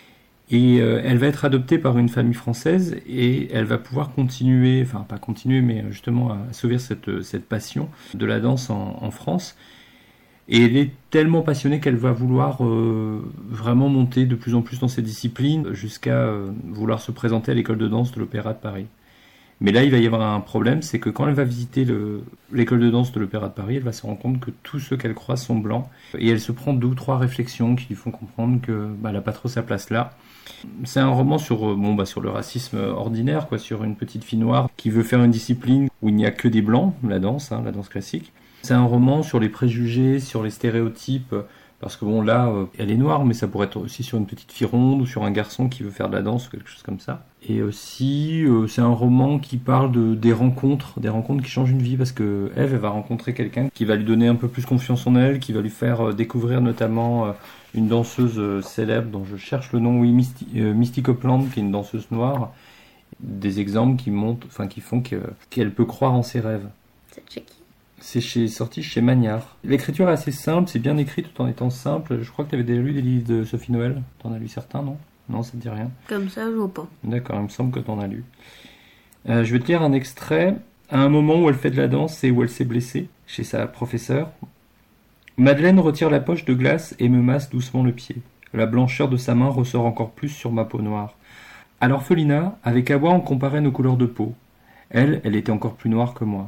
Et euh, elle va être adoptée par une famille française et elle va pouvoir continuer, enfin pas continuer, mais justement à sauver cette, cette passion de la danse en, en France. Et elle est tellement passionnée qu'elle va vouloir euh, vraiment monter de plus en plus dans cette discipline jusqu'à euh, vouloir se présenter à l'école de danse de l'Opéra de Paris. Mais là, il va y avoir un problème, c'est que quand elle va visiter le, l'école de danse de l'Opéra de Paris, elle va se rendre compte que tous ceux qu'elle croise sont blancs. Et elle se prend deux ou trois réflexions qui lui font comprendre que bah, elle n'a pas trop sa place là. C'est un roman sur, bon, bah, sur le racisme ordinaire, quoi, sur une petite fille noire qui veut faire une discipline où il n'y a que des blancs, la danse, hein, la danse classique. C'est un roman sur les préjugés, sur les stéréotypes, parce que bon là, euh, elle est noire, mais ça pourrait être aussi sur une petite fille ronde ou sur un garçon qui veut faire de la danse ou quelque chose comme ça. Et aussi, euh, c'est un roman qui parle de, des rencontres, des rencontres qui changent une vie, parce que Eve, elle va rencontrer quelqu'un qui va lui donner un peu plus confiance en elle, qui va lui faire euh, découvrir notamment euh, une danseuse euh, célèbre dont je cherche le nom, oui, Misty, euh, Misty Copeland, qui est une danseuse noire. Des exemples qui montrent, enfin qui font que, qu'elle peut croire en ses rêves. C'est chez qui ? C'est chez, sorti chez Magnard. L'écriture est assez simple, c'est bien écrit tout en étant simple. Je crois que tu avais déjà lu des livres de Sophie Noël. T'en as lu certains, non ? Non, ça te dit rien. Comme ça, je vois pas. D'accord, il me semble que t'en as lu. Euh, je vais te lire un extrait. À un moment où elle fait de la danse et où elle s'est blessée, chez sa professeure, Madeleine retire la poche de glace et me masse doucement le pied. La blancheur de sa main ressort encore plus sur ma peau noire. À l'orphelinat, avec Awa, on comparait nos couleurs de peau. Elle, elle était encore plus noire que moi.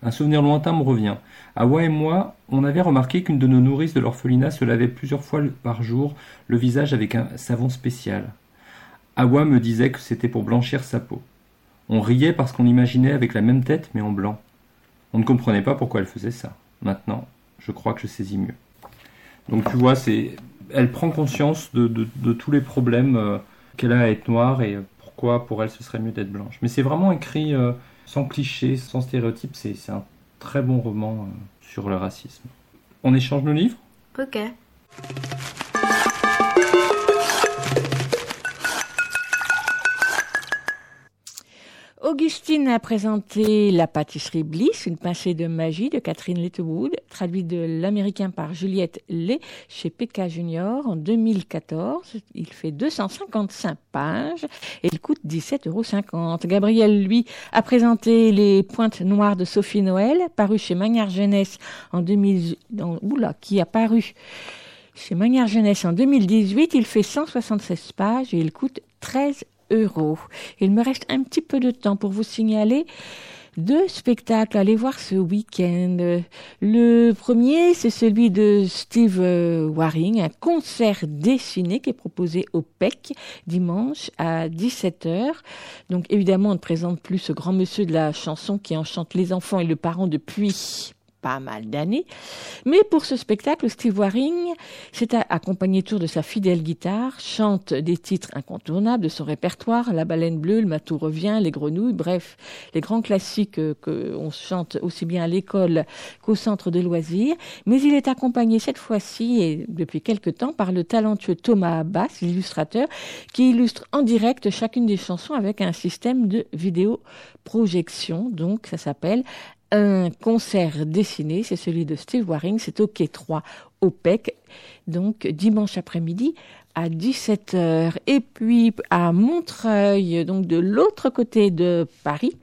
Un souvenir lointain me revient. Awa et moi, on avait remarqué qu'une de nos nourrices de l'orphelinat se lavait plusieurs fois par jour le visage avec un savon spécial. Awa me disait que c'était pour blanchir sa peau. On riait parce qu'on l'imaginait avec la même tête mais en blanc. On ne comprenait pas pourquoi elle faisait ça. Maintenant, je crois que je saisis mieux. Donc tu vois, c'est, elle prend conscience de, de, de tous les problèmes euh, qu'elle a à être noire et pourquoi pour elle ce serait mieux d'être blanche. Mais c'est vraiment écrit euh, sans cliché, sans stéréotype. C'est, c'est un très bon roman euh, sur le racisme. On échange nos livres ? Ok. Augustine a présenté La pâtisserie Bliss, une pincée de magie de Catherine Littlewood, traduite de l'américain par Juliette Lay chez P K Junior en deux mille quatorze. Il fait deux cent cinquante-cinq pages et il coûte dix-sept euros cinquante. Gabriel, lui, a présenté Les Pointes Noires de Sophie Noël, paru chez Magnard Jeunesse en deux mille... Non, oula, qui a paru chez Magnard Jeunesse en deux mille dix-huit. Il fait cent soixante-seize pages et il coûte treize euros. Il me reste un petit peu de temps pour vous signaler deux spectacles à aller voir ce week-end. Le premier, c'est celui de Steve Waring, un concert dessiné qui est proposé au P E C dimanche à dix-sept heures. Donc évidemment, on ne présente plus ce grand monsieur de la chanson qui enchante les enfants et le parent depuis pas mal d'années. Mais pour ce spectacle, Steve Waring s'est accompagné toujours de sa fidèle guitare, chante des titres incontournables de son répertoire, La Baleine Bleue, Le Matou revient, Les Grenouilles, bref, les grands classiques qu'on chante aussi bien à l'école qu'au centre de loisirs. Mais il est accompagné cette fois-ci, et depuis quelque temps, par le talentueux Thomas Abbas, l'illustrateur, qui illustre en direct chacune des chansons avec un système de vidéo-projection. Donc, ça s'appelle un concert dessiné, c'est celui de Steve Waring, c'est au Quai trois, au P E C, donc dimanche après-midi à dix-sept heures. Et puis à Montreuil, donc de l'autre côté de Paris,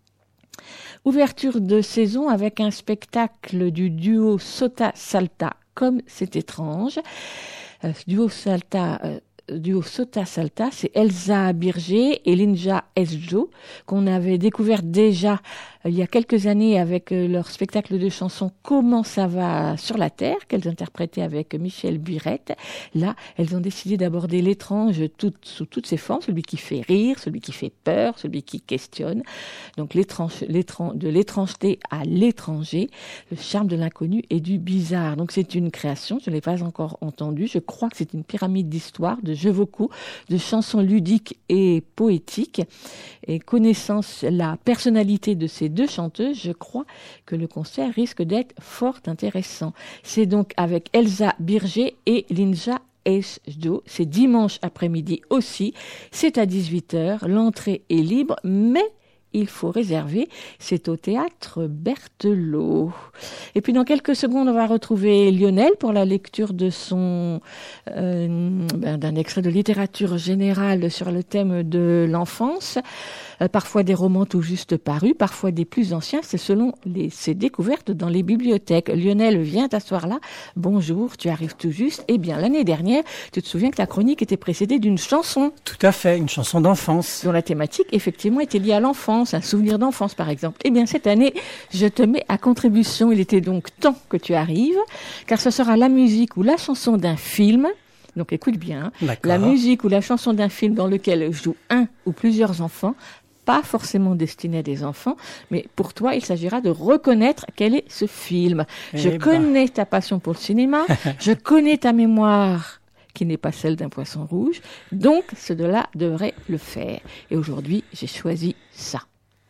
ouverture de saison avec un spectacle du duo Sota Salta, comme c'est étrange. Euh, duo Salta... Euh, duo Sota Salta, c'est Elsa Birger et Linja Esjo, qu'on avait découvert déjà il y a quelques années avec leur spectacle de chansons Comment ça va sur la terre, qu'elles interprétaient avec Michel Burette. Là, elles ont décidé d'aborder l'étrange tout, sous toutes ses formes, celui qui fait rire, celui qui fait peur, celui qui questionne. Donc l'étrange, l'étrange, de l'étrangeté à l'étranger, le charme de l'inconnu et du bizarre. Donc c'est une création, je ne l'ai pas encore entendue, je crois que c'est une pyramide d'histoires, de jeux vocaux, de chansons ludiques et poétiques. Et connaissant la personnalité de ces deux chanteuses, je crois que le concert risque d'être fort intéressant. C'est donc avec Elsa Birger et Linja Esjo. C'est dimanche après-midi aussi. C'est à dix-huit heures. L'entrée est libre, mais il faut réserver. C'est au théâtre Berthelot. Et puis dans quelques secondes, on va retrouver Lionel pour la lecture de son euh, ben, d'un extrait de littérature générale sur le thème de l'enfance. Euh, parfois des romans tout juste parus, parfois des plus anciens. C'est selon les, ses découvertes dans les bibliothèques. Lionel vient t'asseoir là. Bonjour, tu arrives tout juste. Eh bien, l'année dernière, tu te souviens que la chronique était précédée d'une chanson. Tout à fait, une chanson d'enfance. Dont la thématique, effectivement, était liée à l'enfance, un souvenir d'enfance, par exemple. Eh bien, cette année, je te mets à contribution. Il était donc temps que tu arrives, car ce sera la musique ou la chanson d'un film. Donc, écoute bien. D'accord. La musique ou la chanson d'un film dans lequel jouent un ou plusieurs enfants, pas forcément destiné à des enfants, mais pour toi, il s'agira de reconnaître quel est ce film. Eh je ben. connais ta passion pour le cinéma, je connais ta mémoire qui n'est pas celle d'un poisson rouge, donc cela devrait le faire. Et aujourd'hui, j'ai choisi ça.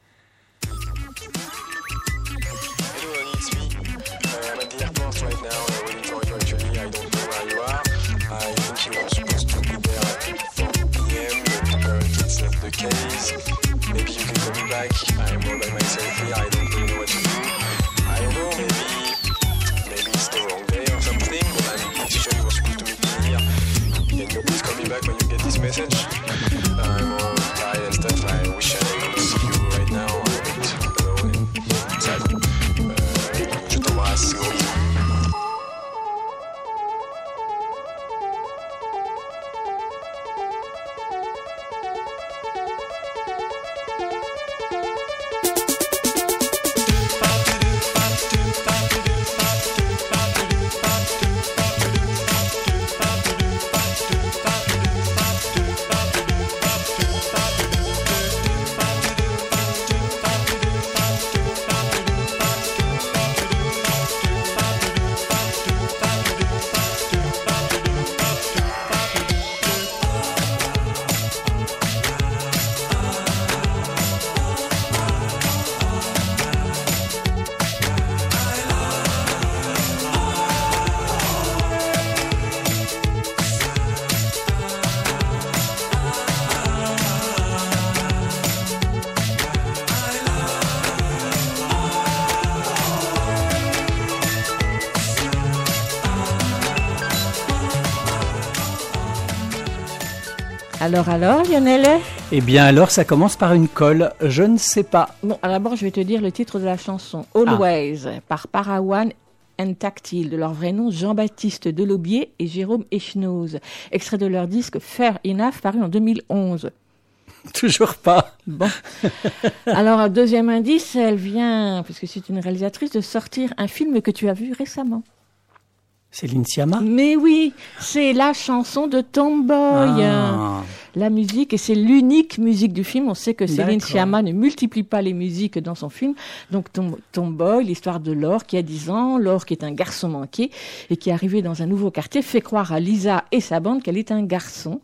Maybe you can call me back. I'm all by myself here. I don't really know what to do. I don't know, maybe maybe it's the wrong day or something, but I'm pretty sure you were supposed to meet me here. Can you please call me back when you get this message? I'm all tired and stuff. I wish I could see you right now. But alone and sad. Euh, je t'embrasse, gros bisous. Parti Alors, alors, Lionel? Eh bien, alors, ça commence par une colle. Je ne sais pas. Bon, alors d'abord, je vais te dire le titre de la chanson. Always, ah. par Parawan and Tactile, de leur vrai nom Jean-Baptiste Delaubier et Jérôme Echnoz. Extrait de leur disque Fair Enough, paru en deux mille onze. Toujours pas. Bon. Alors, deuxième indice, elle vient, puisque c'est une réalisatrice, de sortir un film que tu as vu récemment. Céline Sciamma? Mais oui, c'est la chanson de Tomboy. Ah. La musique, et c'est l'unique musique du film. On sait que Céline D'accord. Sciamma ne multiplie pas les musiques dans son film. Donc Tom, Tomboy, l'histoire de Laure qui a dix ans, Laure qui est un garçon manqué et qui est arrivé dans un nouveau quartier, fait croire à Lisa et sa bande qu'elle est un garçon.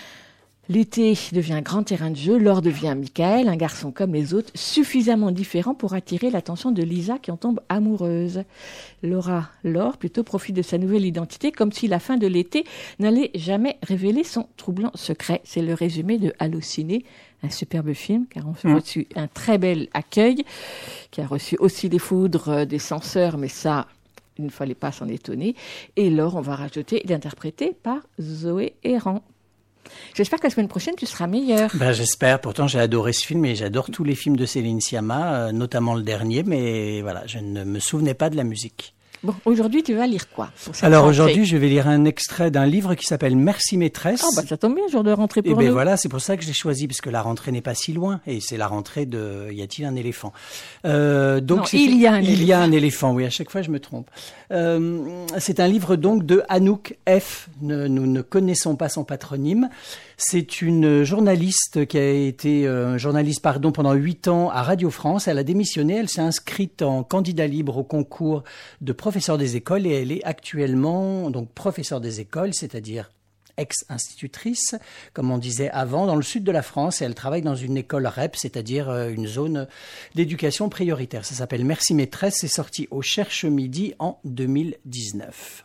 L'été devient grand terrain de jeu, Laure devient Michael, un garçon comme les autres, suffisamment différent pour attirer l'attention de Lisa qui en tombe amoureuse. Laura, Laure, plutôt profite de sa nouvelle identité comme si la fin de l'été n'allait jamais révéler son troublant secret. C'est le résumé de Allociné, un superbe film qui a reçu mmh. un très bel accueil, qui a reçu aussi les foudres des censeurs, mais ça, il ne fallait pas s'en étonner. Et Laure, on va rajouter, est interprétée par Zoé Héran. J'espère que la semaine prochaine, tu seras meilleur. Ben, j'espère. Pourtant, j'ai adoré ce film et j'adore tous les films de Céline Sciamma, euh, notamment le dernier, mais voilà, je ne me souvenais pas de la musique. Bon, aujourd'hui, tu vas lire quoi? Alors aujourd'hui, je vais lire un extrait d'un livre qui s'appelle Merci maîtresse. Oh, bah ça tombe bien, jour de rentrée pour et nous. Et ben voilà, c'est pour ça que je l'ai choisi, parce que la rentrée n'est pas si loin, et c'est la rentrée de Y a-t-il un éléphant euh, donc Non, il y a un il éléphant. y a un éléphant, oui, à chaque fois je me trompe. Euh, c'est un livre donc de Anouk F. Ne, nous ne connaissons pas son patronyme. C'est une journaliste qui a été euh, journaliste pardon pendant huit ans à Radio France. Elle a démissionné, elle s'est inscrite en candidat libre au concours de professeur des écoles et elle est actuellement donc professeur des écoles, c'est-à-dire ex-institutrice, comme on disait avant, dans le sud de la France. Et elle travaille dans une école R E P, c'est-à-dire euh, une zone d'éducation prioritaire. Ça s'appelle Merci maîtresse. C'est sorti au Cherche Midi en deux mille dix-neuf.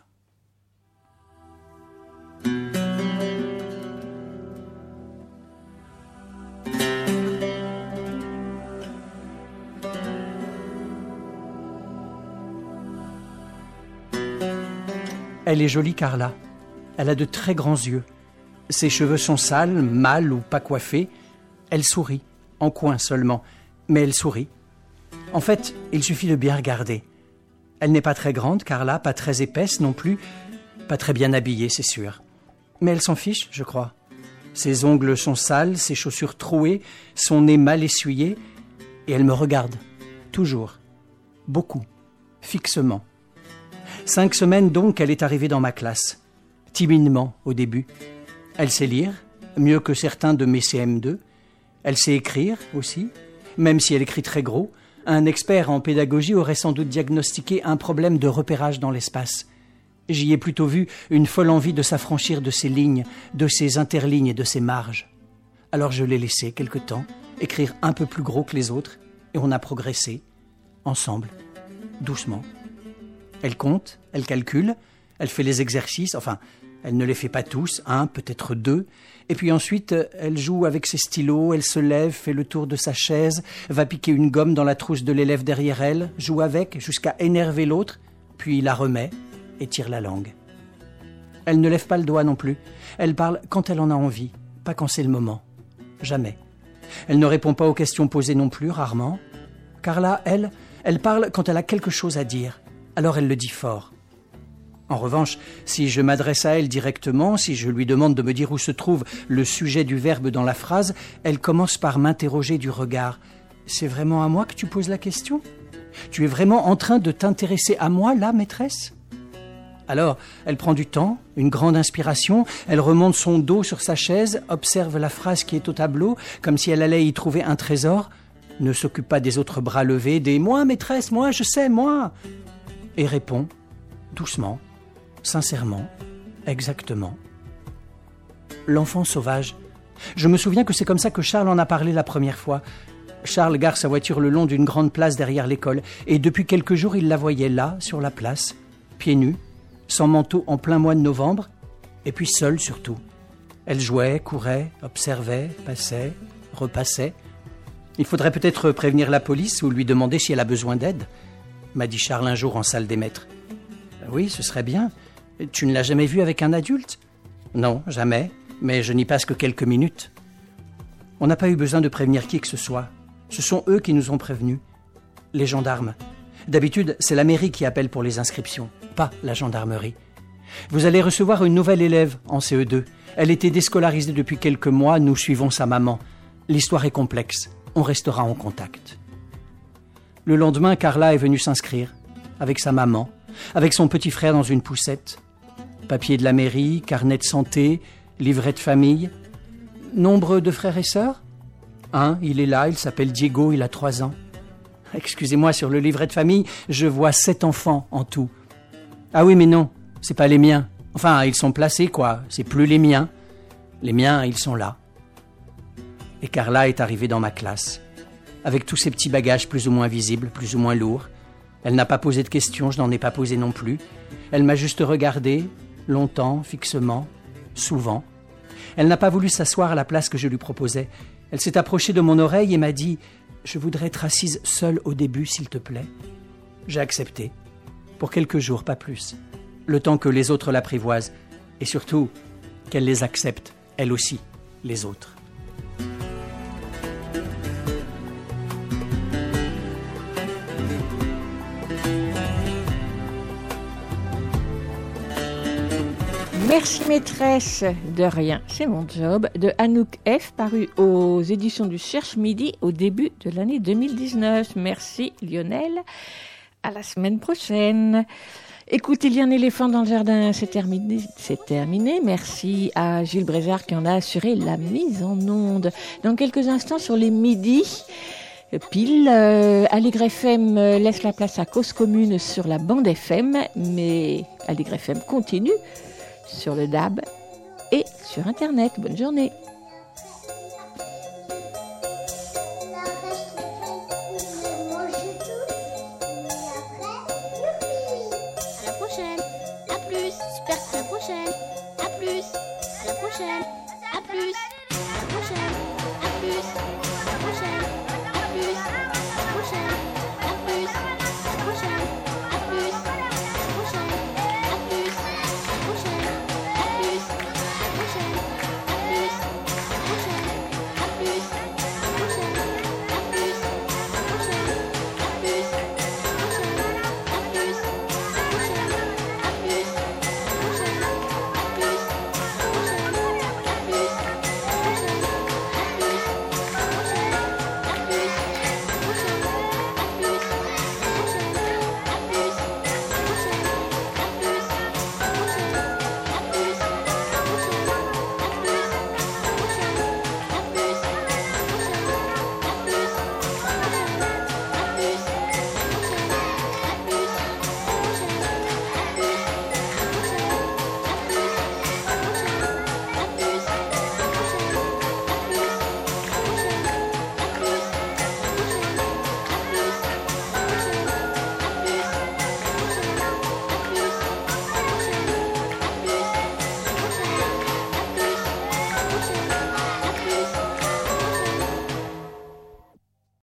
Elle est jolie, Carla. Elle a de très grands yeux. Ses cheveux sont sales, mâles ou pas coiffés. Elle sourit, en coin seulement, mais elle sourit. En fait, il suffit de bien regarder. Elle n'est pas très grande, Carla, pas très épaisse non plus, pas très bien habillée, c'est sûr. Mais elle s'en fiche, je crois. Ses ongles sont sales, ses chaussures trouées, son nez mal essuyé, et elle me regarde, toujours, beaucoup, fixement. Cinq semaines donc, elle est arrivée dans ma classe. Timidement, au début. Elle sait lire, mieux que certains de mes C M deux. Elle sait écrire aussi, même si elle écrit très gros. Un expert en pédagogie aurait sans doute diagnostiqué un problème de repérage dans l'espace. J'y ai plutôt vu une folle envie de s'affranchir de ses lignes, de ses interlignes et de ses marges. Alors je l'ai laissée quelque temps, écrire un peu plus gros que les autres, et on a progressé, ensemble, doucement. Elle compte, elle calcule, elle fait les exercices, enfin, elle ne les fait pas tous, un, peut-être deux, et puis ensuite, elle joue avec ses stylos, elle se lève, fait le tour de sa chaise, va piquer une gomme dans la trousse de l'élève derrière elle, joue avec jusqu'à énerver l'autre, puis la remet et tire la langue. Elle ne lève pas le doigt non plus, elle parle quand elle en a envie, pas quand c'est le moment, jamais. Elle ne répond pas aux questions posées non plus, rarement. Carla, elle, elle parle quand elle a quelque chose à dire. Alors elle le dit fort. En revanche, si je m'adresse à elle directement, si je lui demande de me dire où se trouve le sujet du verbe dans la phrase, elle commence par m'interroger du regard. « C'est vraiment à moi que tu poses la question ? Tu es vraiment en train de t'intéresser à moi, là, maîtresse ?» Alors, elle prend du temps, une grande inspiration, elle remonte son dos sur sa chaise, observe la phrase qui est au tableau, comme si elle allait y trouver un trésor, ne s'occupe pas des autres bras levés, des « moi, maîtresse, moi, je sais, moi !» et répond, doucement, sincèrement, exactement. L'enfant sauvage. Je me souviens que c'est comme ça que Charles en a parlé la première fois. Charles gare sa voiture le long d'une grande place derrière l'école, et depuis quelques jours, il la voyait là, sur la place, pieds nus, sans manteau en plein mois de novembre, et puis seule surtout. Elle jouait, courait, observait, passait, repassait. Il faudrait peut-être prévenir la police ou lui demander si elle a besoin d'aide, m'a dit Charles un jour en salle des maîtres. Oui, ce serait bien. Tu ne l'as jamais vue avec un adulte ? Non, jamais. Mais je n'y passe que quelques minutes. On n'a pas eu besoin de prévenir qui que ce soit. Ce sont eux qui nous ont prévenus. Les gendarmes. D'habitude, c'est la mairie qui appelle pour les inscriptions, pas la gendarmerie. Vous allez recevoir une nouvelle élève en C E deux. Elle était déscolarisée depuis quelques mois, nous suivons sa maman. L'histoire est complexe, on restera en contact. Le lendemain, Carla est venue s'inscrire, avec sa maman, avec son petit frère dans une poussette. Papier de la mairie, carnet de santé, livret de famille. Nombre de frères et sœurs ? Un, il est là, il s'appelle Diego, il a trois ans. Excusez-moi, sur le livret de famille, je vois sept enfants en tout. Ah oui, mais non, c'est pas les miens. Enfin, ils sont placés, quoi, c'est plus les miens. Les miens, ils sont là. Et Carla est arrivée dans ma classe, avec tous ces petits bagages plus ou moins visibles, plus ou moins lourds. Elle n'a pas posé de questions, je n'en ai pas posé non plus. Elle m'a juste regardé, longtemps, fixement, souvent. Elle n'a pas voulu s'asseoir à la place que je lui proposais. Elle s'est approchée de mon oreille et m'a dit « Je voudrais être assise seule au début, s'il te plaît. » J'ai accepté. Pour quelques jours, pas plus. Le temps que les autres l'apprivoisent. Et surtout, qu'elle les accepte, elle aussi, les autres. Merci maîtresse, de rien, c'est mon job, de Anouk F, paru aux éditions du Cherche Midi au début de l'année deux mille dix-neuf. Merci Lionel, à la semaine prochaine. Écoute, il y a un éléphant dans le jardin, c'est terminé, c'est terminé. Merci à Gilles Brézard qui en a assuré la mise en onde. Dans quelques instants sur les midis, pile, euh, Allegre F M laisse la place à Cause Commune sur la bande F M, mais Allegre F M continue sur le D A B et sur Internet. Bonne journée. À la prochaine. À plus. Super. À la prochaine. À plus. À la prochaine. À plus. À la prochaine. À plus.